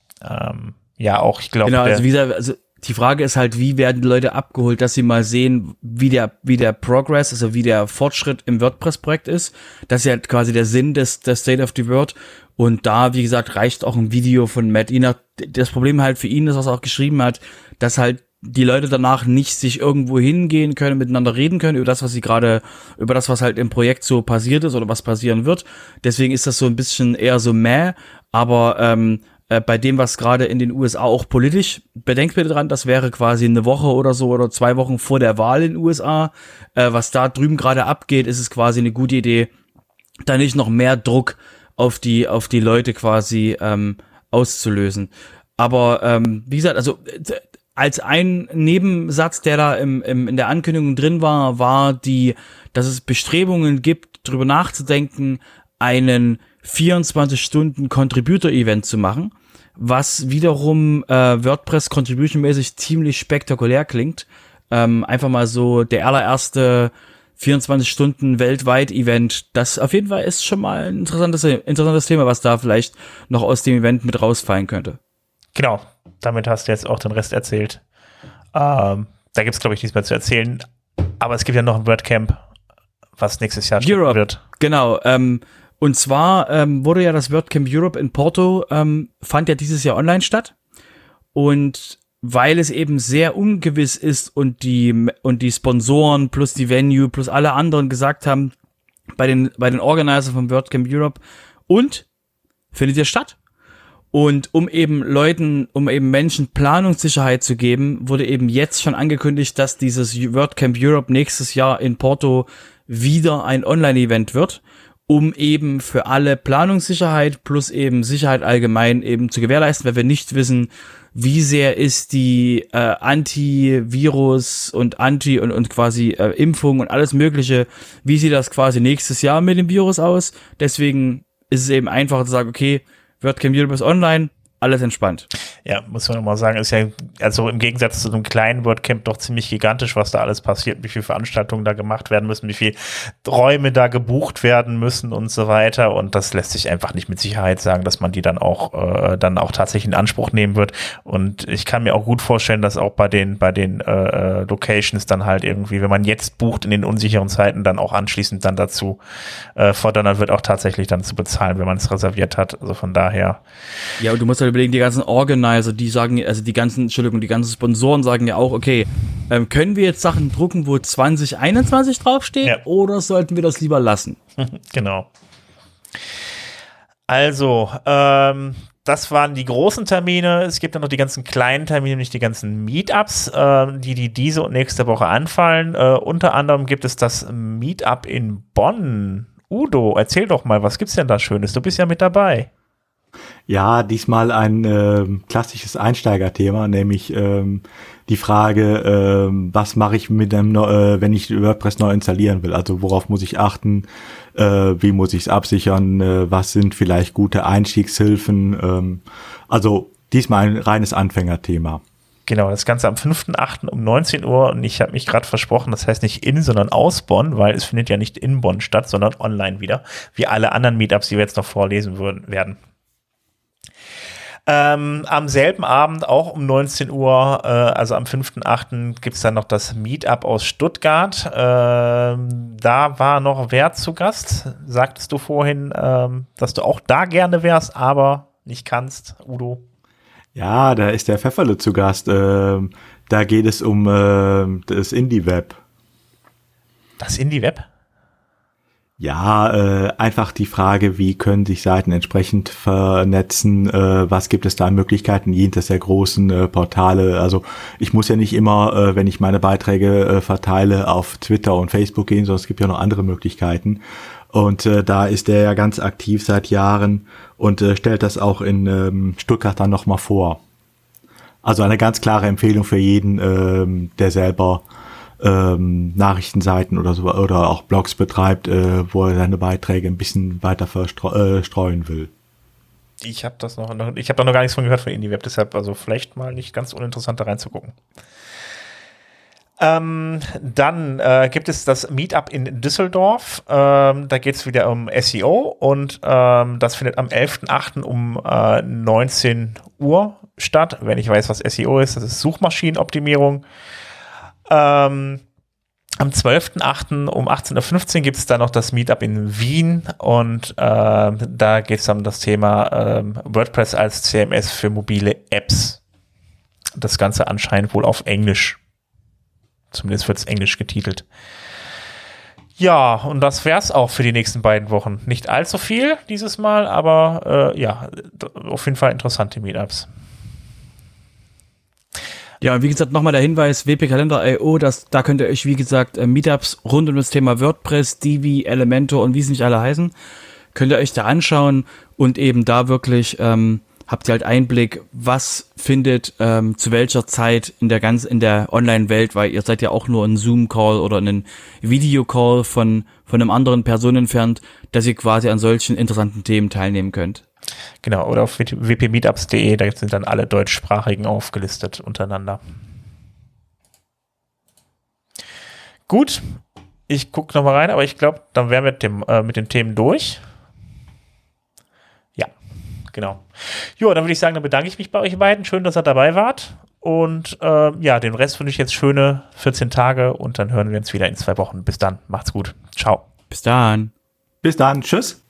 Ich glaube. Genau, also die Frage ist halt, wie werden die Leute abgeholt, dass sie mal sehen, wie der Progress, also wie der Fortschritt im WordPress-Projekt ist. Das ist ja quasi der Sinn der State of the Word. Und da, wie gesagt, reicht auch ein Video von Matt Enoch. Das Problem halt für ihn ist, was er auch geschrieben hat, dass halt die Leute danach nicht sich irgendwo hingehen können, miteinander reden können über das, was halt im Projekt so passiert ist oder was passieren wird. Deswegen ist das so ein bisschen eher so aber bei dem, was gerade in den USA auch politisch, bedenkt bitte dran, das wäre quasi eine Woche oder so oder 2 Wochen vor der Wahl in den USA. Was da drüben gerade abgeht, ist es quasi eine gute Idee, da nicht noch mehr Druck auf die Leute quasi auszulösen. Aber wie gesagt, also als ein Nebensatz, der da in der Ankündigung drin war, dass es Bestrebungen gibt, drüber nachzudenken, einen 24-Stunden-Contributor-Event zu machen, was wiederum WordPress-Contribution-mäßig ziemlich spektakulär klingt. Einfach mal so der allererste 24 Stunden weltweit Event. Das auf jeden Fall ist schon mal ein interessantes Thema, was da vielleicht noch aus dem Event mit rausfallen könnte. Genau, damit hast du jetzt auch den Rest erzählt. Da gibt es, glaube ich, nichts mehr zu erzählen. Aber es gibt ja noch ein WordCamp, was nächstes Jahr stattfinden wird. Genau, und zwar wurde ja das WordCamp Europe in Porto, fand ja dieses Jahr online statt. Und weil es eben sehr ungewiss ist und die Sponsoren plus die Venue plus alle anderen gesagt haben, bei den Organizer vom WordCamp Europe, und findet ihr statt? Und um eben Menschen Planungssicherheit zu geben, wurde eben jetzt schon angekündigt, dass dieses WordCamp Europe nächstes Jahr in Porto wieder ein Online-Event wird, um eben für alle Planungssicherheit plus eben Sicherheit allgemein eben zu gewährleisten, weil wir nicht wissen, wie sehr ist die Antivirus und und quasi Impfung und alles Mögliche, wie sieht das quasi nächstes Jahr mit dem Virus aus? Deswegen ist es eben einfach zu sagen, okay, WordCamp Europe ist online, alles entspannt. Ja, muss man nochmal sagen, ist ja also im Gegensatz zu einem kleinen WordCamp doch ziemlich gigantisch, was da alles passiert, wie viele Veranstaltungen da gemacht werden müssen, wie viele Räume da gebucht werden müssen und so weiter. Und das lässt sich einfach nicht mit Sicherheit sagen, dass man die dann auch tatsächlich in Anspruch nehmen wird. Und ich kann mir auch gut vorstellen, dass auch bei den Locations dann halt irgendwie, wenn man jetzt bucht in den unsicheren Zeiten, dann auch anschließend dann dazu fordern wird, auch tatsächlich dann zu bezahlen, wenn man es reserviert hat. Also von daher. Ja, und du musst halt überlegen, die ganzen Organizer, die sagen, also die ganzen Sponsoren sagen ja auch, okay, können wir jetzt Sachen drucken, wo 2021 draufsteht, oder sollten wir das lieber lassen? Genau. Also, das waren die großen Termine. Es gibt dann noch die ganzen kleinen Termine, nämlich die ganzen Meetups, die diese und nächste Woche anfallen. Unter anderem gibt es das Meetup in Bonn. Udo, erzähl doch mal, was gibt's denn da Schönes? Du bist ja mit dabei. Ja, diesmal ein klassisches Einsteigerthema, nämlich die Frage, was mache ich mit dem, wenn ich WordPress neu installieren will? Also worauf muss ich achten? Wie muss ich es absichern? Was sind vielleicht gute Einstiegshilfen? Also diesmal ein reines Anfängerthema. Genau, das Ganze am 5.8. um 19 Uhr und ich habe mich gerade versprochen, das heißt nicht in, sondern aus Bonn, weil es findet ja nicht in Bonn statt, sondern online wieder, wie alle anderen Meetups, die wir jetzt noch vorlesen werden. Am selben Abend, auch um 19 Uhr, also am 5.8. gibt es dann noch das Meetup aus Stuttgart. Da war noch wer zu Gast. Sagtest du vorhin, dass du auch da gerne wärst, aber nicht kannst, Udo? Ja, da ist der Pfefferle zu Gast. Da geht es um das Indie-Web. Das Indie-Web? Ja, einfach die Frage, wie können sich Seiten entsprechend vernetzen, was gibt es da an Möglichkeiten jenseits der großen Portale. Also ich muss ja nicht immer, wenn ich meine Beiträge verteile, auf Twitter und Facebook gehen, sondern es gibt ja noch andere Möglichkeiten. Und da ist der ja ganz aktiv seit Jahren und stellt das auch in Stuttgart dann nochmal vor. Also eine ganz klare Empfehlung für jeden, der selber Nachrichtenseiten oder so oder auch Blogs betreibt, wo er seine Beiträge ein bisschen weiter streuen will. Ich habe da noch gar nichts von gehört von IndieWeb, deshalb also vielleicht mal nicht ganz uninteressant da reinzugucken. Dann gibt es das Meetup in Düsseldorf. Da geht es wieder um SEO und das findet am 11.8. um 19 Uhr statt. Wenn ich weiß, was SEO ist, das ist Suchmaschinenoptimierung. Am 12.8. um 18.15 Uhr gibt es dann noch das Meetup in Wien und da geht es dann um das Thema WordPress als CMS für mobile Apps. Das Ganze anscheinend wohl auf Englisch. Zumindest wird es Englisch getitelt. Ja, und das wär's auch für die nächsten beiden Wochen. Nicht allzu viel dieses Mal, aber ja, auf jeden Fall interessante Meetups. Ja, wie gesagt, nochmal der Hinweis, wp-kalender.io, da könnt ihr euch, wie gesagt, Meetups rund um das Thema WordPress, Divi, Elementor und wie sie nicht alle heißen, könnt ihr euch da anschauen und eben da wirklich habt ihr halt Einblick, was findet zu welcher Zeit in der Online-Welt, weil ihr seid ja auch nur ein Zoom-Call oder einen Video-Call von einem anderen Person entfernt, dass ihr quasi an solchen interessanten Themen teilnehmen könnt. Genau, oder auf wpmeetups.de, da sind dann alle deutschsprachigen aufgelistet untereinander. Gut, ich gucke nochmal rein, aber ich glaube, dann wären wir mit den Themen durch. Ja, genau. Jo, dann würde ich sagen, dann bedanke ich mich bei euch beiden. Schön, dass ihr dabei wart. Und ja, den Rest wünsche ich jetzt schöne 14 Tage und dann hören wir uns wieder in 2 Wochen. Bis dann, macht's gut. Ciao. Bis dann. Bis dann, tschüss.